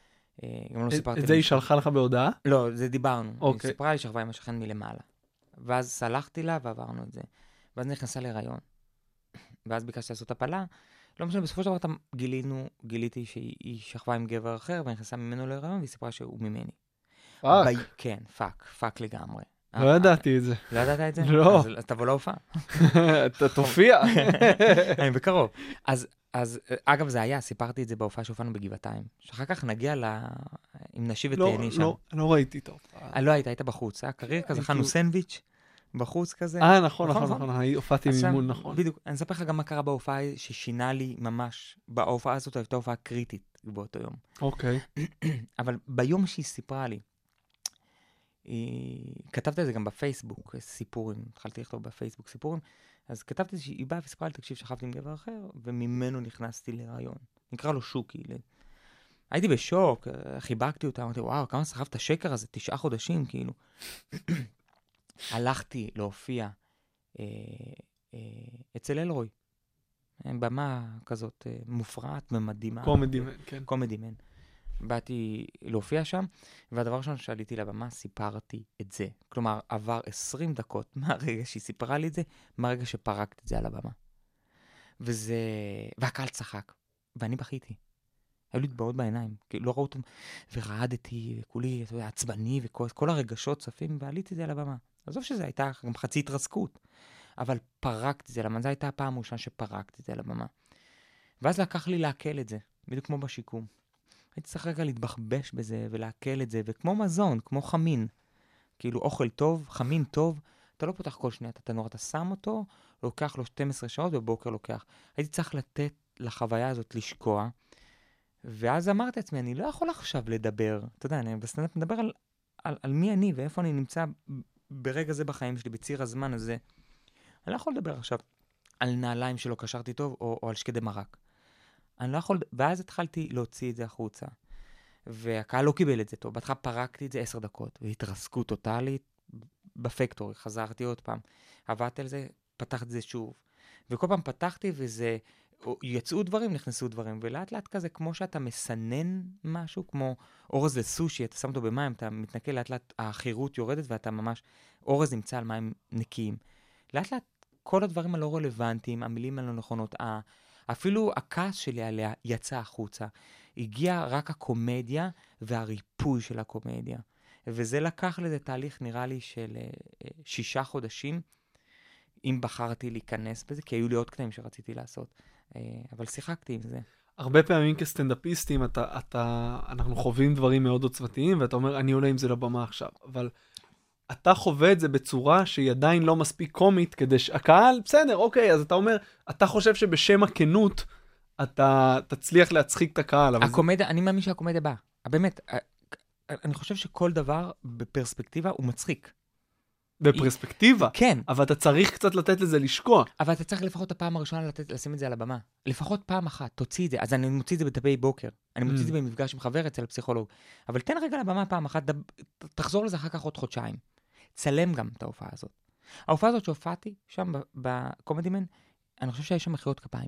את זה היא שלחה לך בהודעה? לא, זה דיברנו. היא סיפרה לי שכבה עם השכן מלמעלה. ואז סלחתי לה ועברנו את זה. ואז נכנסה להיריון. ואז ביקשתי לעשות הפלה. לא משנה, בסופו של דבר גילינו, גיליתי שהיא שכבה עם גבר אחר, ואני נכנסה ממנו להיריון, והיא סיפרה שהוא ממני. פאק. כן, פאק, פאק לגמרי. לא ידעתי את זה. לא ידעת את זה? לא. אז תבוא להופעה. אתה תופיע. אני בקרוב. אז, אז, אגב, זה היה, סיפרתי את זה בהופעה שהופענו בגבעתיים. שאחר כך נגיע ל... אם נשיב את תהני שם. לא, לא ראיתי את ההופעה. לא היית, היית בחוץ. היה קריר כזה, אכלנו סנדוויץ' בחוץ כזה. אה, נכון, נכון, נכון. הופעתי מימון, נכון. בדיוק. אני אספר לך גם מה קרה בהופעה ששינה לי ממש. בהופעה הזאת הייתה הופעה קריטית באותו יום. אוקיי. אבל ביום שהיא סיפרה לי, היא... כתבתי את זה גם בפייסבוק, סיפורים, התחלתי לכתוב בפייסבוק סיפורים, אז כתבתי שהיא באה וסיפרה לי, תקשיב, שכבתי עם גבר אחר, וממנו נכנסתי להיריון. נקרא לו שוקי. הייתי בשוק, חיבקתי אותה, אמרתי, וואו, כמה סחב את השקר הזה, תשעה חודשים, כאילו. הלכתי להופיע אה, אה, אצל אלרוי. במה כזאת אה, מופרעת ומדהימה. קומדימן, כן. קומדימן. באתי להופיע שם, והדבר ראשון שעליתי לבמה, סיפרתי את זה. כלומר, עבר עשרים דקות מהרגע שהיא סיפרה לי את זה, מהרגע שפרקתי את זה על הבמה. וזה... והקהל צחק, ואני בכיתי. היו לי דבעות בעיניים, כי לא ראו אותם, ורעדתי, וכולי, אתה יודע, עצבני, וכל הרגשות צפים, ועליתי את זה על הבמה. עזוב שזה הייתה גם חצי התרסקות, אבל פרקתי את זה על הבמה, זו הייתה הפעם הראשונה שפרקתי את זה על הבמה. ואז לקח לי להקל את זה, בדיוק כמו בשיקום. הייתי צריך רגע להתבחבש בזה, ולהקל את זה, וכמו מזון, כמו חמין. כאילו אוכל טוב, חמין טוב, אתה לא פותח כל שנייה, אתה נורא, אתה שם אותו, לוקח לו שתים עשרה שעות, ובבוקר לוקח. הייתי צריך לתת לחוויה הזאת לשקוע, ואז אמרתי לעצמי, אני לא יכול עכשיו לדבר, אתה יודע, אני בסטנדאפ מדבר על, על, על מי אני, ואיפה אני נמצא ברגע זה בחיים שלי, בציר הזמן הזה. אני לא יכול לדבר עכשיו על נעליים שלא קשרתי טוב, או, או על שקדי מרק. אני לא יכול, ואז התחלתי להוציא את זה החוצה. והקהל לא קיבל את זה טוב. בהתחלה פרקתי את זה עשר דקות, והתרסקו טוטלית בפקטורי. חזרתי עוד פעם. עבדתי על זה, פתחתי את זה שוב. וכל פעם פתחתי וזה, יצאו דברים, נכנסו דברים. ולאט לאט כזה, כמו שאתה מסנן משהו, כמו אורז לסושי, אתה שם אותו במים, אתה מתנקה, לאט לאט החירות יורדת, ואתה ממש, אורז נמצא על מים נקיים. לאט לאט כל הדברים הלא רלוונטיים, המילים הלא נכונות, אפילו הכעס שלי עליה יצא החוצה. הגיע רק הקומדיה והריפוי של הקומדיה. וזה לקח לזה תהליך, נראה לי, של uh, שישה חודשים, אם בחרתי להיכנס בזה, כי היו לי עוד קטעים שרציתי לעשות. Uh, אבל שיחקתי עם זה. הרבה פעמים כסטנדאפיסטים, אתה, אתה, אנחנו חווים דברים מאוד עוצמתיים, ואתה אומר, אני עולה עם זה לבמה עכשיו. אבל אתה חווה את זה בצורה שהיא עדיין לא מספיק קומית, כדי שהקהל, בסדר, אוקיי, אז אתה אומר, אתה חושב שבשם הכנות, אתה תצליח להצחיק את הקהל. הקומדיה, אני מאמין שהקומדיה באה. באמת, אני חושב שכל דבר בפרספקטיבה הוא מצחיק. בפרספקטיבה? כן. אבל אתה צריך קצת לתת לזה לשקוע. אבל אתה צריך לפחות הפעם הראשונה לתת, לשים את זה על הבמה. לפחות פעם אחת, תוציא את זה. אז אני מוציא את זה בדפי בוקר. אני מוציא את זה במפגש עם חבר אצל הפסיכולוג. אבל תן רגע לבמה פעם אחת, תחזור לזה אחר כך עוד חודשיים. צלם גם את ההופעה הזאת. ההופעה הזאת שהופעתי שם בקומדימן, אני חושב שיש שם מחיאות כפיים.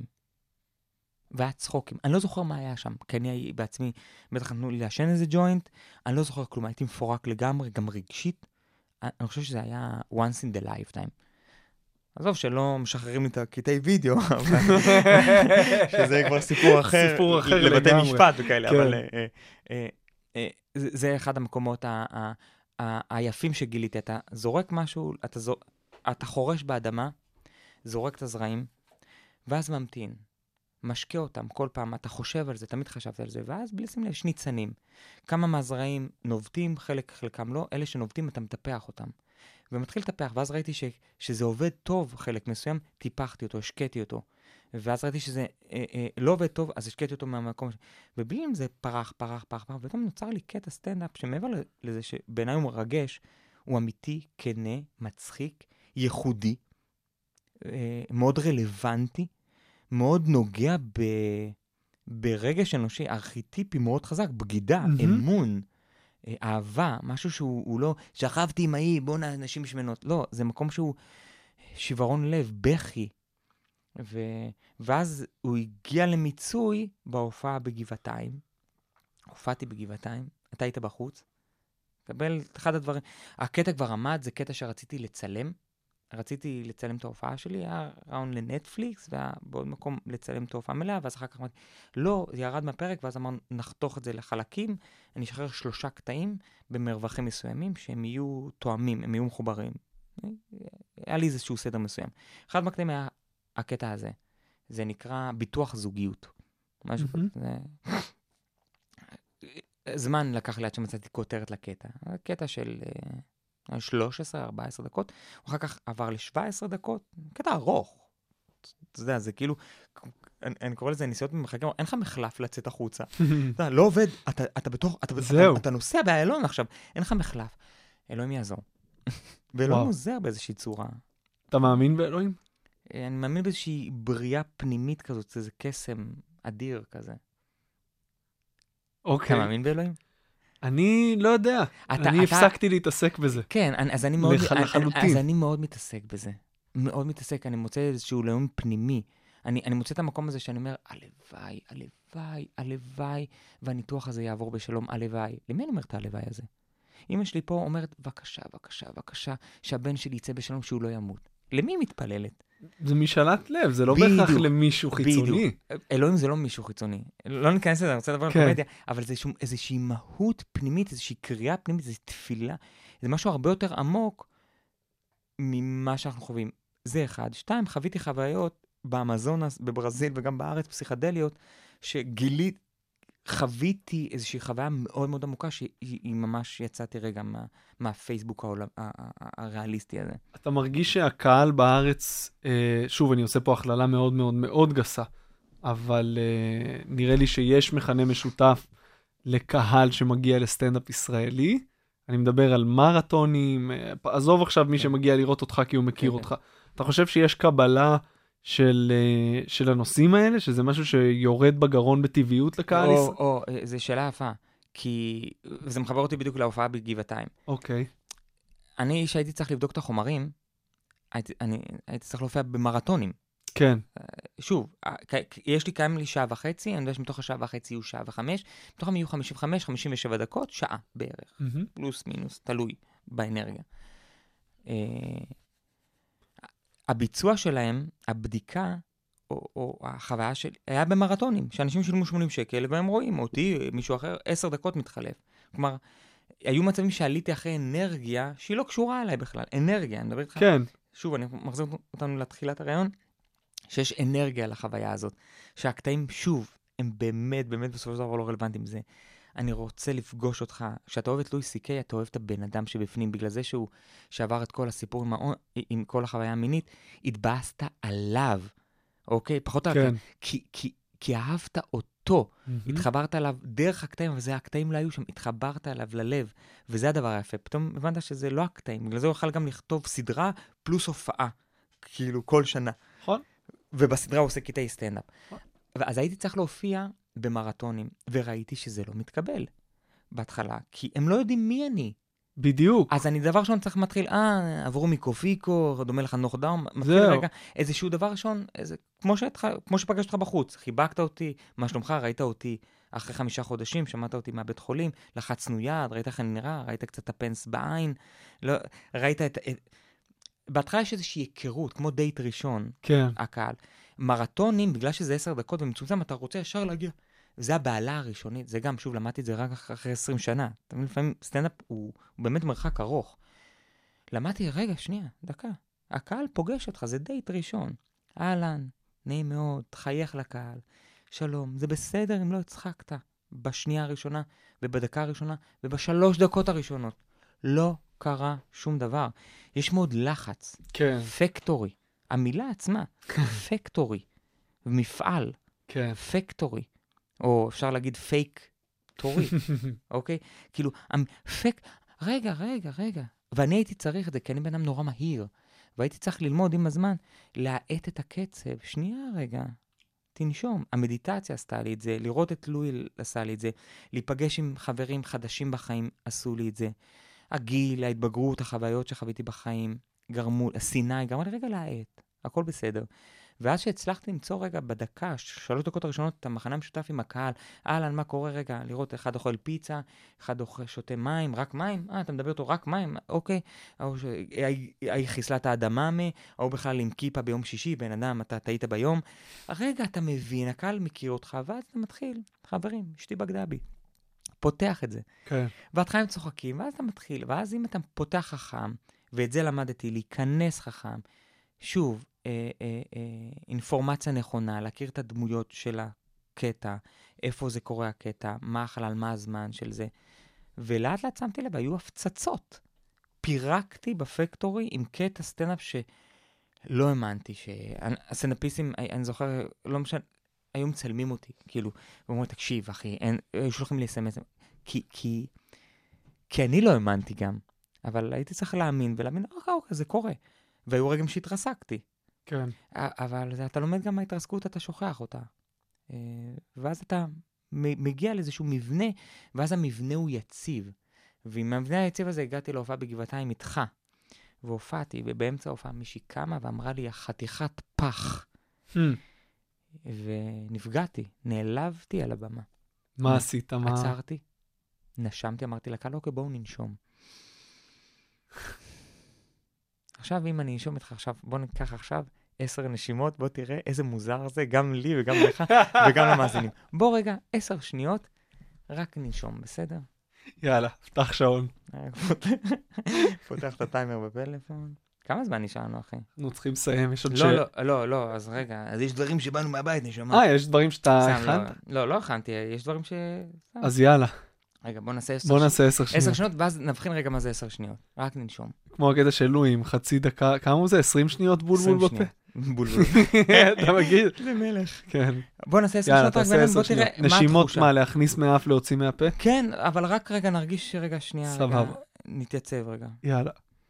והיה צחוקים. אני לא זוכר מה היה שם, כי אני בעצמי, בטח נתנו לי לעשן איזה ג'וינט, אני לא זוכר כלום, הייתי מפורק לגמרי, גם רגשית. אני חושב שזה היה once in the lifetime. עזוב שלא משחררים את הקטעי וידאו, שזה כבר סיפור אחר, סיפור אחר לגמרי. לבתי משפט וכאלה, אבל זה אחד המקומות היפים שגיליתי. אתה זורק משהו, אתה חורש באדמה, זורק את הזרעים, ואז ממתין. משקה אותם כל פעם, אתה חושב על זה, תמיד חשבת על זה, ואז בלי לשים לב, יש ניצנים. כמה מהזרעים נובטים, חלק, חלקם לא, אלה שנובטים, אתה מטפח אותם. ומתחיל לטפח, ואז ראיתי ש, שזה עובד טוב, חלק מסוים, טיפחתי אותו, השקעתי אותו. ואז ראיתי שזה אה, אה, לא עובד טוב, אז השקעתי אותו מהמקום. ובלי אם זה פרח, פרח, פרח, פרח, וגם נוצר לי קטע סטנדאפ, שמעבר לזה שבעיניי הוא מרגש, הוא אמיתי, כנה, מצחיק, ייחודי, אה, מאוד רלוונטי, מאוד נוגע ב... ברגש אנושי, ארכיטיפי מאוד חזק, בגידה, mm-hmm. אמון, אהבה, משהו שהוא לא, שכבתי עם האי, בוא נשים שמנות, לא, זה מקום שהוא שברון לב, בכי, ו... ואז הוא הגיע למיצוי בהופעה בגבעתיים, הופעתי בגבעתיים, אתה היית בחוץ, קבל אחד הדברים, הקטע כבר עמד, זה קטע שרציתי לצלם, רציתי לצלם את ההופעה שלי, היה ראון לנטפליקס, ובעוד מקום לצלם את ההופעה מלאה, ואז אחר כך אמרתי, לא, זה ירד מהפרק, ואז אמרנו, נחתוך את זה לחלקים, אני אשחרר שלושה קטעים במרווחים מסוימים, שהם יהיו תואמים, הם יהיו מחוברים. היה לי איזשהו סדר מסוים. אחד מהקטעים היה הקטע הזה, זה נקרא ביטוח זוגיות. משהו כזה. זמן לקח לי עד שמצאתי כותרת לקטע. הקטע של שלוש עשרה ארבע עשרה דקות, ואחר כך עבר ל-שבע עשרה דקות, קטע ארוך. אתה יודע, זה כאילו, אני, אני קורא לזה ניסיונות ממחקים, אין לך מחלף לצאת החוצה. אתה יודע, לא עובד, אתה, אתה בתוך, אתה, אתה, אתה נוסע באיילון עכשיו, אין לך מחלף. אלוהים יעזור. ואלוהים עוזר באיזושהי צורה. אתה מאמין באלוהים? אני מאמין באיזושהי בריאה פנימית כזאת, איזה קסם אדיר כזה. אוקיי. אתה מאמין באלוהים? אני לא יודע. אתה- אני אתה- הפסקתי להתעסק בזה. כן, אני- אז אני מאוד, לח- אני- לחלוטין. אז אני מאוד מתעסק בזה. מאוד מתעסק, אני מוצא איזשהו אלוהים פנימי. אני, אני מוצא את המקום הזה שאני אומר, הלוואי, הלוואי, הלוואי, והניתוח הזה יעבור בשלום, הלוואי. למי אני אומר את הלוואי הזה? אמא שלי פה אומרת, בבקשה, בבקשה, בבקשה, שהבן שלי יצא בשלום, שהוא לא ימות. למי היא מתפללת? זה משאלת לב, זה לא בדיוק, בהכרח למישהו חיצוני. בדיוק. אלוהים זה לא מישהו חיצוני. לא ניכנס לזה, אני רוצה לדבר על כן. קומדיה, אבל זה איזשהו- איזושהי מהות פנימית, איזושהי קריאה פנימית, איזושהי תפילה. זה משהו הרבה יותר עמוק ממה שאנחנו חווים. זה אחד. שתיים, חוויתי חוויות באמזונס, בברזיל וגם בארץ, פסיכדליות, שגילית, חוויתי איזושהי חוויה מאוד מאוד עמוקה, שהיא היא ממש יצאתי רגע מה, מהפייסבוק העולם, ה- ה- ה- הריאליסטי הזה. אתה מרגיש שהקהל בארץ, אה, שוב, אני עושה פה הכללה מאוד מאוד מאוד גסה, אבל אה, נראה לי שיש מכנה משותף לקהל שמגיע לסטנדאפ ישראלי. אני מדבר על מרתונים, אה, עזוב עכשיו מי שמגיע לראות אותך כי הוא מכיר כן, אותך. אתה חושב שיש קבלה של, אה, של הנושאים האלה, שזה משהו שיורד בגרון בטבעיות לקהל? או, ישראל? או, זו שאלה יפה, כי זה מחבר אותי בדיוק להופעה בגבעתיים. אוקיי. אני, שהייתי צריך לבדוק את החומרים, הייתי, אני, הייתי צריך להופיע במרתונים. כן. שוב, יש לי קיים לי שעה וחצי, אני יודע שמתוך השעה וחצי יהיו שעה וחמש, מתוכם יהיו חמישים וחמש, חמישים ושבע דקות, שעה בערך, מהמם. פלוס מינוס, תלוי באנרגיה. הביצוע שלהם, הבדיקה, או, או החוויה של, היה במרתונים, שאנשים שילמו שמונים שקל, והם רואים אותי, מישהו אחר, עשר דקות מתחלף. כלומר, היו מצבים שעליתי אחרי אנרגיה, שהיא לא קשורה אליי בכלל, אנרגיה, אני מדבר איתך. כן. שוב, אני מחזיר אותנו לתחילת הרעיון, שיש אנרגיה לחוויה הזאת, שהקטעים, שוב, הם באמת, באמת בסופו של דבר לא רלוונטיים. זה, אני רוצה לפגוש אותך, כשאתה אוהב את לואי סי קיי, אתה אוהב את הבן אדם שבפנים, בגלל זה שהוא, שעבר את כל הסיפור עם, האון, עם כל החוויה המינית, התבאסת עליו, אוקיי? פחות כן. עליו, כי, כי, כי אהבת אותו, מהמם. התחברת עליו דרך הקטעים, אבל זה הקטעים לא היו שם, התחברת עליו ללב, וזה הדבר היפה. פתאום הבנת שזה לא הקטעים, בגלל זה הוא יכול גם לכתוב סדרה פלוס הופעה, כאילו כל שנה. נכון. ובסדרה הוא עושה קטעי סטנדאפ. אז הייתי צריך להופיע במרתונים, וראיתי שזה לא מתקבל בהתחלה, כי הם לא יודעים מי אני. בדיוק. אז אני דבר ראשון צריך מתחיל, אה, עברו מקופיקו, דומה לך נוחדאום, מתחיל זהו. רגע, איזשהו דבר ראשון, איזה, כמו, שתח, כמו שפגשת אותך בחוץ, חיבקת אותי, מה שלומך, ראית אותי אחרי חמישה חודשים, שמעת אותי מהבית חולים, לחצנו יד, ראית איך אני נראה, ראית קצת את הפנס בעין, לא, ראית את... את בהתחלה יש איזושהי היכרות, כמו דייט ראשון, כן. הקהל. מרתונים, בגלל שזה עשר דקות ומצומצם, אתה רוצה ישר להגיע. זה הבעלה הראשונית, זה גם, שוב, למדתי את זה רק אחרי עשרים שנה. אתה מבין, לפעמים סטנדאפ הוא, הוא באמת מרחק ארוך. למדתי, רגע, שנייה, דקה. הקהל פוגש אותך, זה דייט ראשון. אהלן, נעים מאוד, תחייך לקהל. שלום, זה בסדר אם לא הצחקת בשנייה הראשונה, ובדקה הראשונה, ובשלוש דקות הראשונות. לא קרה שום דבר. יש מאוד לחץ. כן. פקטורי. המילה עצמה, פקטורי. מפעל. כן. פקטורי. או אפשר להגיד פייק טורי. אוקיי? כאילו, פק... רגע, רגע, רגע. ואני הייתי צריך את זה, כי אני בן אדם נורא מהיר. והייתי צריך ללמוד עם הזמן, להאט את הקצב. שנייה רגע. תנשום. המדיטציה עשתה לי את זה, לראות את לואי עשה לי את זה, להיפגש עם חברים חדשים בחיים עשו לי את זה. הגיל, ההתבגרות, החוויות שחוויתי בחיים, גרמו, הסיני, גרמו לי רגע להאט. הכל בסדר. ואז שהצלחתי למצוא רגע בדקה, שלוש דקות הראשונות, את המחנה המשותף עם הקהל, אהלן, מה קורה רגע? לראות אחד אוכל פיצה, אחד אוכל שותה מים, רק מים? אה, אתה מדבר אותו רק מים? אוקיי. ההיא חיסלה את האדמה, או בכלל עם כיפה ביום שישי, בן אדם, אתה טעית ביום. רגע, אתה מבין, הקהל מכיר אותך, ואז אתה מתחיל, חברים, אשתי בגדה בי. פותח את זה. כן. בהתחלה הם צוחקים, ואז אתה מתחיל, ואז אם אתה פותח חכם, ואת זה למדתי, להיכנס חכם, שוב, אה, אה, אה, אינפורמציה נכונה, להכיר את הדמויות של הקטע, איפה זה קורה הקטע, מה החלל, מה הזמן של זה, ולאט לאט שמתי לב, היו הפצצות. פירקתי בפקטורי עם קטע סטנדאפ שלא האמנתי, שהסטנדאפיסטים, אני זוכר, לא משנה, היו מצלמים אותי, כאילו, ואומרים, תקשיב, אחי, אין, היו שולחים לי אס אם אס, כי, כי, כי אני לא האמנתי גם. אבל הייתי צריך להאמין, ולהאמין, אוקיי, אוקיי, זה קורה. והיו רגעים שהתרסקתי. כן. אבל אתה לומד גם מההתרסקות, אתה שוכח אותה. ואז אתה מגיע לאיזשהו מבנה, ואז המבנה הוא יציב. ועם המבנה היציב הזה הגעתי להופעה בגבעתיים איתך. והופעתי, ובאמצע ההופעה מישהי קמה ואמרה לי, חתיכת פח. ונפגעתי, נעלבתי על הבמה. מה עשית? מה? עצרתי, נשמתי, אמרתי לקהל, אוקיי, בואו ננשום. עכשיו, אם אני אנשום איתך עכשיו, בוא ניקח עכשיו עשר נשימות, בוא תראה איזה מוזר זה, גם לי וגם לך וגם למאזינים. בוא רגע, עשר שניות, רק ננשום, בסדר? יאללה, פתח שעון. פותח את הטיימר בפלאפון. כמה זמן נשארנו, אחי? אנחנו צריכים לסיים, יש עוד לא, שאלה. לא, לא, לא, אז רגע, אז יש דברים שבאנו מהבית, נשמה. אה, יש דברים שאתה הכנת? לא, לא הכנתי, יש דברים ש... אז יאללה. רגע, בוא נעשה עשר בוא נעשה עשר שניות. עשר שניות, ואז נבחין רגע מה זה עשר שניות. רק ננשום. כמו הקטע של לואי, עם חצי דקה, כמה הוא זה? עשרים שניות בולבול בפה? בולבול. אתה מגיד? זה מלך. כן. בוא נעשה עשר יאללה, שניות, רק תעשה בינינו, עשר בוא תראה שניות. מה נשימות התחושה. מה, להכניס מהאף להוציא מהפה? כן, אבל רק רגע נרגיש רגע שנייה. סבבה. רגע, נתייצב רגע. יאללה.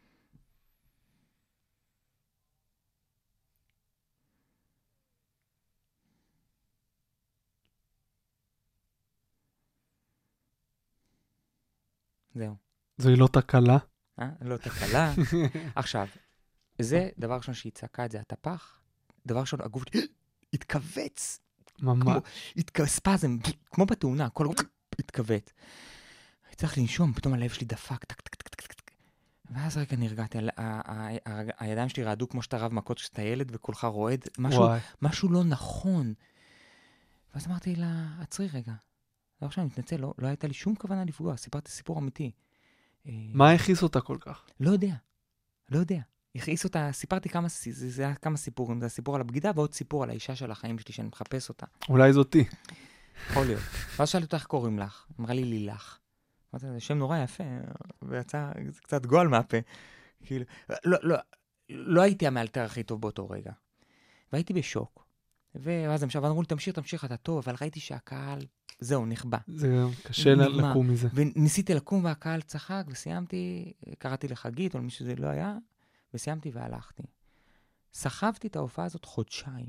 זהו. זוהי לא תקלה. אה? לא תקלה. עכשיו, זה דבר ראשון שהיא צעקה את זה, הטפח. דבר ראשון, הגוף התכווץ. ממש. ספזם, כמו בתאונה, הכל התכווץ. צריך לנשום, פתאום הלב שלי דפק, טק, טק, טק, טק, טק. ואז רגע נרגעתי, הידיים שלי רעדו כמו שאתה רב מכות כשאתה ילד וכולך רועד, משהו לא נכון. ואז אמרתי לה, עצרי רגע. לא עכשיו, אני מתנצל, לא הייתה לי שום כוונה לפגוע, סיפרתי סיפור אמיתי. מה הכיס אותה כל כך? לא יודע, לא יודע. הכיס אותה, סיפרתי כמה, זה היה כמה סיפורים, זה הסיפור על הבגידה ועוד סיפור על האישה של החיים שלי שאני מחפש אותה. אולי זאתי. יכול להיות. ואז שאלתי אותה איך קוראים לך, אמרה לי לילך. אמרתי, זה שם נורא יפה, ויצא קצת גועל מהפה. כאילו, לא, לא, לא הייתי המאלתר הכי טוב באותו רגע. והייתי בשוק. ואז הם אמרו לי, תמשיך, תמשיך, אתה טוב, אבל ראיתי שהקהל, זהו, נכבה. זה קשה לקום מזה. וניסיתי לקום והקהל צחק, וסיימתי, קראתי לחגית, או למי שזה לא היה, וסיימתי והלכתי. סחבתי את ההופעה הזאת חודשיים.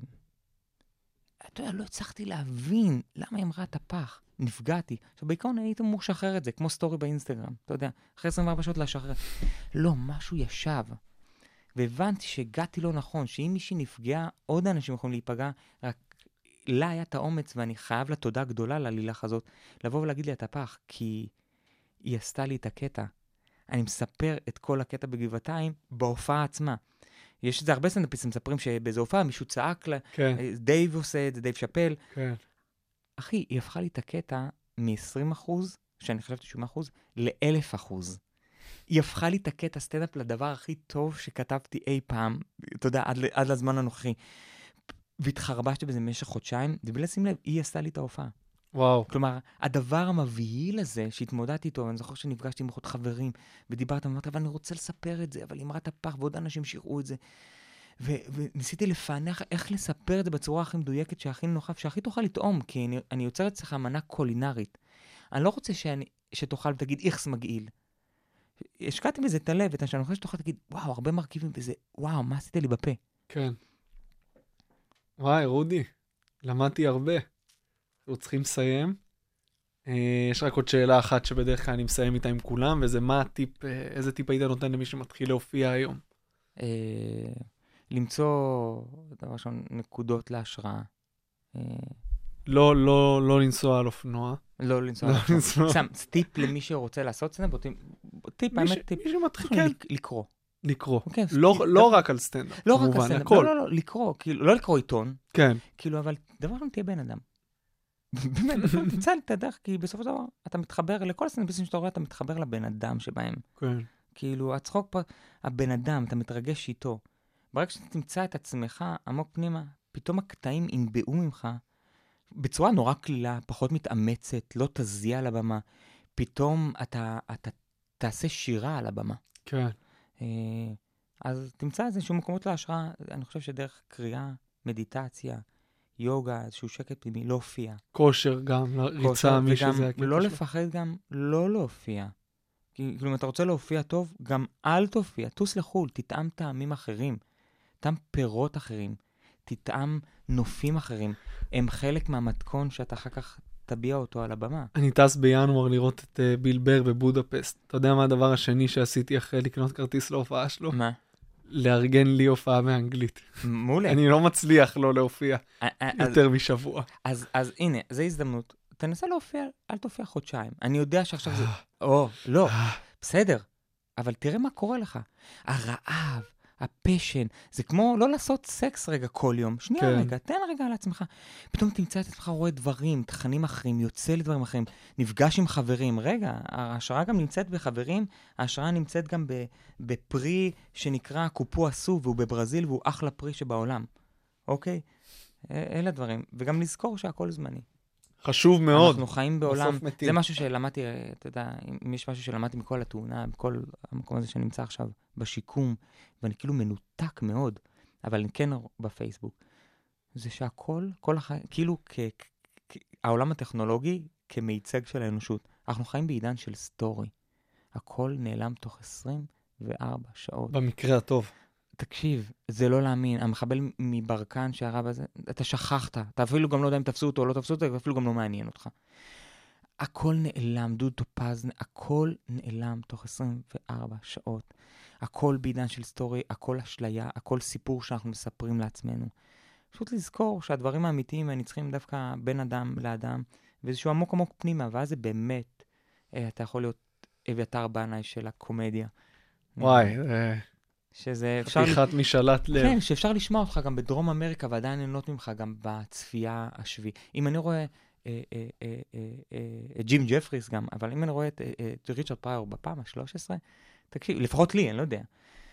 אתה יודע, לא הצלחתי להבין למה היא אמרה את הפח. נפגעתי. עכשיו, בעיקרון הייתי אמור לשחרר את זה, כמו סטורי באינסטגרם. אתה יודע, אחרי עשרים וארבע שעות לשחרר. לא, משהו ישב. והבנתי שהגעתי לא נכון, שאם מישהי נפגעה, עוד אנשים יכולים להיפגע, רק לה היה את האומץ, ואני חייב לה תודה גדולה ללילך הזאת, לבוא ולהגיד לי את הפח, כי היא עשתה לי את הקטע. אני מספר את כל הקטע בגבעתיים בהופעה עצמה. יש את זה הרבה סטנדאפיסטים מספרים שבאיזו הופעה מישהו צעק לה, כן. דייב עושה את זה, דייב שאפל. כן. אחי, היא הפכה לי את הקטע מ-עשרים אחוז, שאני חשבתי שהוא מאה אחוז, ל-אלף אחוז. היא הפכה לי את הקטע סטנדאפ לדבר הכי טוב שכתבתי אי פעם, אתה יודע, עד, עד לזמן הנוכחי. והתחרבשתי בזה במשך חודשיים, ובלי לשים לב, היא עשתה לי את ההופעה. וואו. כלומר, הדבר המבהיל הזה שהתמודדתי איתו, ואני זוכר שנפגשתי עם עוד חברים, ודיברת, ואמרתי, אבל אני רוצה לספר את זה, אבל אמרת הפח, ועוד אנשים שיראו את זה. ו- וניסיתי לפענח איך לספר את זה בצורה הכי מדויקת, שהכי נוחה, שהכי תוכל לטעום, כי אני, אני יוצר אצלך מנה קולינרית. אני לא רוצה שאני, שתוכל ותגיד, איכס מגעיל. השקעתי בזה את הלב, שאני חושב שתוכל להגיד, וואו, הרבה מרכיבים בזה, וואו, מה עשית לי בפה? כן. וואי, רודי, למדתי הרבה. אנחנו צריכים לסיים. אה, יש רק עוד שאלה אחת שבדרך כלל אני מסיים איתה עם כולם, וזה מה הטיפ, איזה טיפ היית נותן למי שמתחיל להופיע היום? אה, למצוא, דבר ראשון, נקודות להשראה. אה, לא, לא, לא לנסוע על אופנוע. לא לנסוע. לא לנסוע. שם, טיפ למי שרוצה לעשות סטנדאפ, טיפ, האמת, טיפ. מי שמתחיל, כן. לקרוא. לקרוא. אוקיי, לא, כאילו, לא רק על סטנדאפ. לא רק על כמובן, סטנדאפ. הכל. לא, לא, לא, לקרוא. כאילו, לא לקרוא עיתון. כן. כאילו, אבל דבר ראשון, תהיה בן אדם. באמת, תמצא את הדרך, כי בסופו של דבר, אתה מתחבר, לכל הסטנדאפיסטים שאתה רואה, אתה מתחבר לבן אדם שבהם. כן. כאילו, הצחוק פה, הבן אדם, אתה מתרגש איתו. ברגע שאתה תמצא את עצמך עמוק פנימה, פתאום הקטעים ינבעו ממך, בצורה נורא כלילה, פחות מתאמצת, לא תזיע על הבמה. פתאום אתה, אתה תעשה שירה על הבמה. כן. אז תמצא איזשהו מקומות להשראה, אני חושב שדרך קריאה, מדיטציה, יוגה, איזשהו שקט פנימי, לא הופיע. כושר גם, ריצה, מי שזה הקטע לא שלו. לפחד גם לא להופיע. כאילו, אם אתה רוצה להופיע טוב, גם אל תופיע, טוס לחול, תטעם טעמים אחרים, תטעם פירות אחרים, תטעם נופים אחרים. הם חלק מהמתכון שאתה אחר כך תביע אותו על הבמה. אני טס בינואר לראות את uh, ביל בר בבודפסט. אתה יודע מה הדבר השני שעשיתי אחרי לקנות כרטיס להופעה שלו? מה? לארגן לי הופעה באנגלית. מעולה. אני לא מצליח לא להופיע אז- יותר משבוע. אז, אז הנה, זו הזדמנות. תנסה להופיע, אל תופיע חודשיים. אני יודע שעכשיו זה... או, לא, בסדר. אבל תראה מה קורה לך. הרעב, הפשן, זה כמו לא לעשות סקס רגע כל יום. שנייה כן. רגע, תן רגע על עצמך. פתאום תמצא את עצמך, רואה דברים, תכנים אחרים, יוצא לדברים אחרים, נפגש עם חברים. רגע, ההשראה גם נמצאת בחברים, ההשראה נמצאת גם ב- בפרי שנקרא קופו אסו, והוא בברזיל, והוא אחלה פרי שבעולם. אוקיי? א- אלה הדברים. וגם לזכור שהכל זמני. חשוב מאוד. אנחנו חיים בעולם, בסוף מתים. זה משהו שלמדתי, אתה יודע, אם יש משהו שלמדתי מכל התאונה, בכל המקום הזה שנמצא עכשיו בשיקום, ואני כאילו מנותק מאוד, אבל אני כן בפייסבוק, זה שהכל, כל החיים, כאילו כ, כ, העולם הטכנולוגי כמייצג של האנושות. אנחנו חיים בעידן של סטורי. הכל נעלם תוך עשרים וארבע שעות. במקרה הטוב. תקשיב, זה לא להאמין, המחבל מברקן שהרב הזה, אתה שכחת, אתה אפילו גם לא יודע אם תפסו אותו או לא תפסו אותו, אפילו גם לא מעניין אותך. הכל נעלם, דוד טופז, הכל נעלם תוך עשרים וארבע שעות. הכל בעידן של סטורי, הכל אשליה, הכל סיפור שאנחנו מספרים לעצמנו. פשוט לזכור שהדברים האמיתיים הם צריכים דווקא בין אדם לאדם, ואיזשהו עמוק עמוק פנימה, ואז זה באמת, אה, אתה יכול להיות אביתר בנאי של הקומדיה. וואי, אה, שזה אפשר... חתיכת משאלת לב. כן, שאפשר לשמוע אותך גם בדרום אמריקה, ועדיין ליהנות ממך גם בצפייה השביעית. אם אני רואה אה, אה, אה, אה, אה, את ג'ים ג'פריס גם, אבל אם אני רואה את, אה, את ריצ'רד פריור בפעם ה-שלוש עשרה, תקשיב, לפחות לי, אני לא יודע.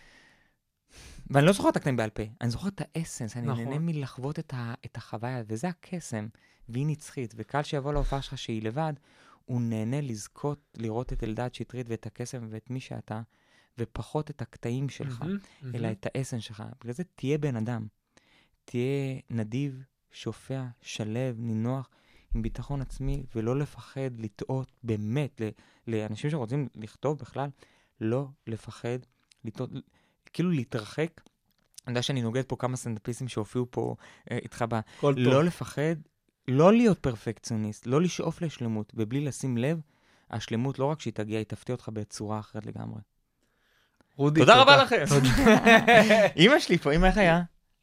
ואני לא זוכר את הקטעים בעל פה, אני זוכר את האסנס, אני נכון. נהנה מלחוות את, ה, את החוויה, וזה הקסם, והיא נצחית, וקל שיבוא להופעה שלך שהיא לבד, הוא נהנה לזכות, לראות את אלדד שטרית ואת הקסם ואת מי שאתה, ופחות את הקטעים שלך, מהמם, מהמם. אלא את האסן שלך. בגלל זה תהיה בן אדם. תהיה נדיב, שופע, שלב, נינוח, עם ביטחון עצמי, ולא לפחד לטעות באמת, ל- לאנשים שרוצים לכתוב בכלל, לא לפחד לטעות, כאילו להתרחק. אני יודע שאני נוגד פה כמה סטנדאפיסטים שהופיעו פה אה, איתך ב... כל טוב. לא לפחד, לא להיות פרפקציוניסט, לא לשאוף לשלמות, ובלי לשים לב, השלמות לא רק שהיא תגיע, היא תפתיע אותך בצורה אחרת לגמרי. רודי, תודה רבה לכם. אמא שלי פה, אמא איך היה?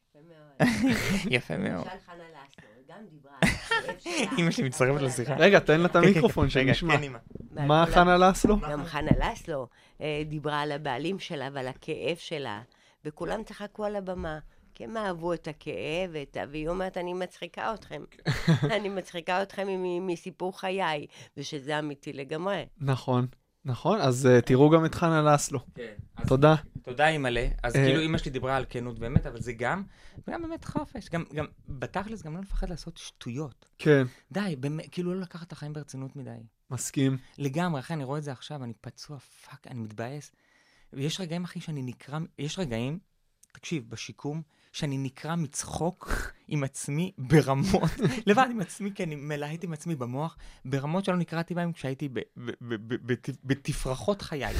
יפה מאוד. למשל חנה לסלו, גם דיברה על הכאב שלה. אמא שלי מצטרפת לשיחה. רגע, תן לה את המיקרופון שנשמע. כן, אמא. מה חנה לסלו? גם חנה לסלו אה, דיברה על הבעלים שלה ועל הכאב שלה, וכולם צחקו על הבמה, כי הם אהבו את הכאב, ואת- והיא אומרת, אני מצחיקה אתכם. אני מצחיקה אתכם מ- מסיפור חיי, ושזה אמיתי לגמרי. נכון, נכון. אז אה, תראו גם את חנה לסלו. תודה. תודה אימא'לה. אז אה, כאילו אמא שלי דיברה על כנות באמת, אבל זה גם, וגם באמת חופש. גם, גם, בתכלס גם לא לפחד לעשות שטויות. כן, די, באמת, כאילו לא לקחת את החיים ברצינות מדי. מסכים. לגמרי, אחי, אני רואה את זה עכשיו, אני פצוע, פאק, אני מתבאס. ויש רגעים, אחי, שאני נקרא, יש רגעים, תקשיב, בשיקום, שאני נקרא מצחוק עם עצמי ברמות, לבד עם עצמי, כי אני מלהיט עם עצמי במוח, ברמות שלא נקראתי בהם כשהייתי ב- ב- ב- ב- בת- בתפרחות חיי.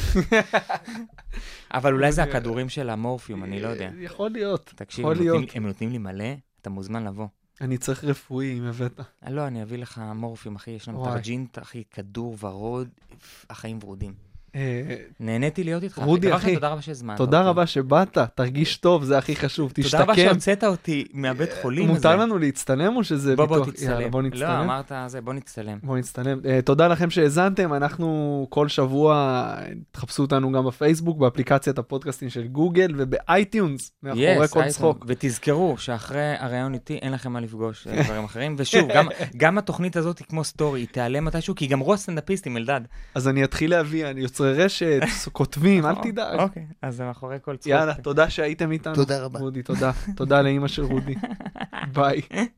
אבל אולי זה הכדורים של המורפיום, אני לא יודע. יכול להיות. תקשיב, יכול הם נותנים- להיות. הם נותנים לי מלא, אתה מוזמן לבוא. אני צריך רפואי אם הבאת. אה, לא, אני אביא לך מורפיום, אחי, יש לנו וואי. תרג'ינט, אחי, כדור ורוד, החיים ורודים. אה, נהניתי להיות איתך. רודי, דבר אחי, ראשון, תודה רבה שהזמנת תודה אותי. רבה שבאת, תרגיש טוב, זה הכי חשוב, תודה רבה תשתקם. שהוצאת אותי מהבית חולים הזה. מותר לנו להצטלם או שזה בוא, בוא ביטוח? יאללה, תצטלם. בוא לא, נצטלם. אמרת זה, בוא נצטלם. בואו נצטלם. Uh, תודה לכם שהאזנתם, אנחנו כל שבוע, תחפשו אותנו גם בפייסבוק, באפליקציית הפודקאסטים של גוגל ובאייטיונס, מאחורי Yes, כל אייטם. צחוק. ותזכרו שאחרי הרעיון איתי אין לכם מה לפגוש אה, דברים אחרים. ושוב, גם, גם התוכנית הזאת היא כמו סטורי, היא תיעלם מתישהו, כי גמרו הסטנדאפיסטים, אלדד. אז אני אתחיל להביא, אני יוצרי רשת, כותבים, אל תדאג. אוקיי, אז זה מאחורי כל צחוק. יאללה, תודה שהייתם איתנו. תודה רבה. רודי, תודה. תודה לאמא של רודי. ביי.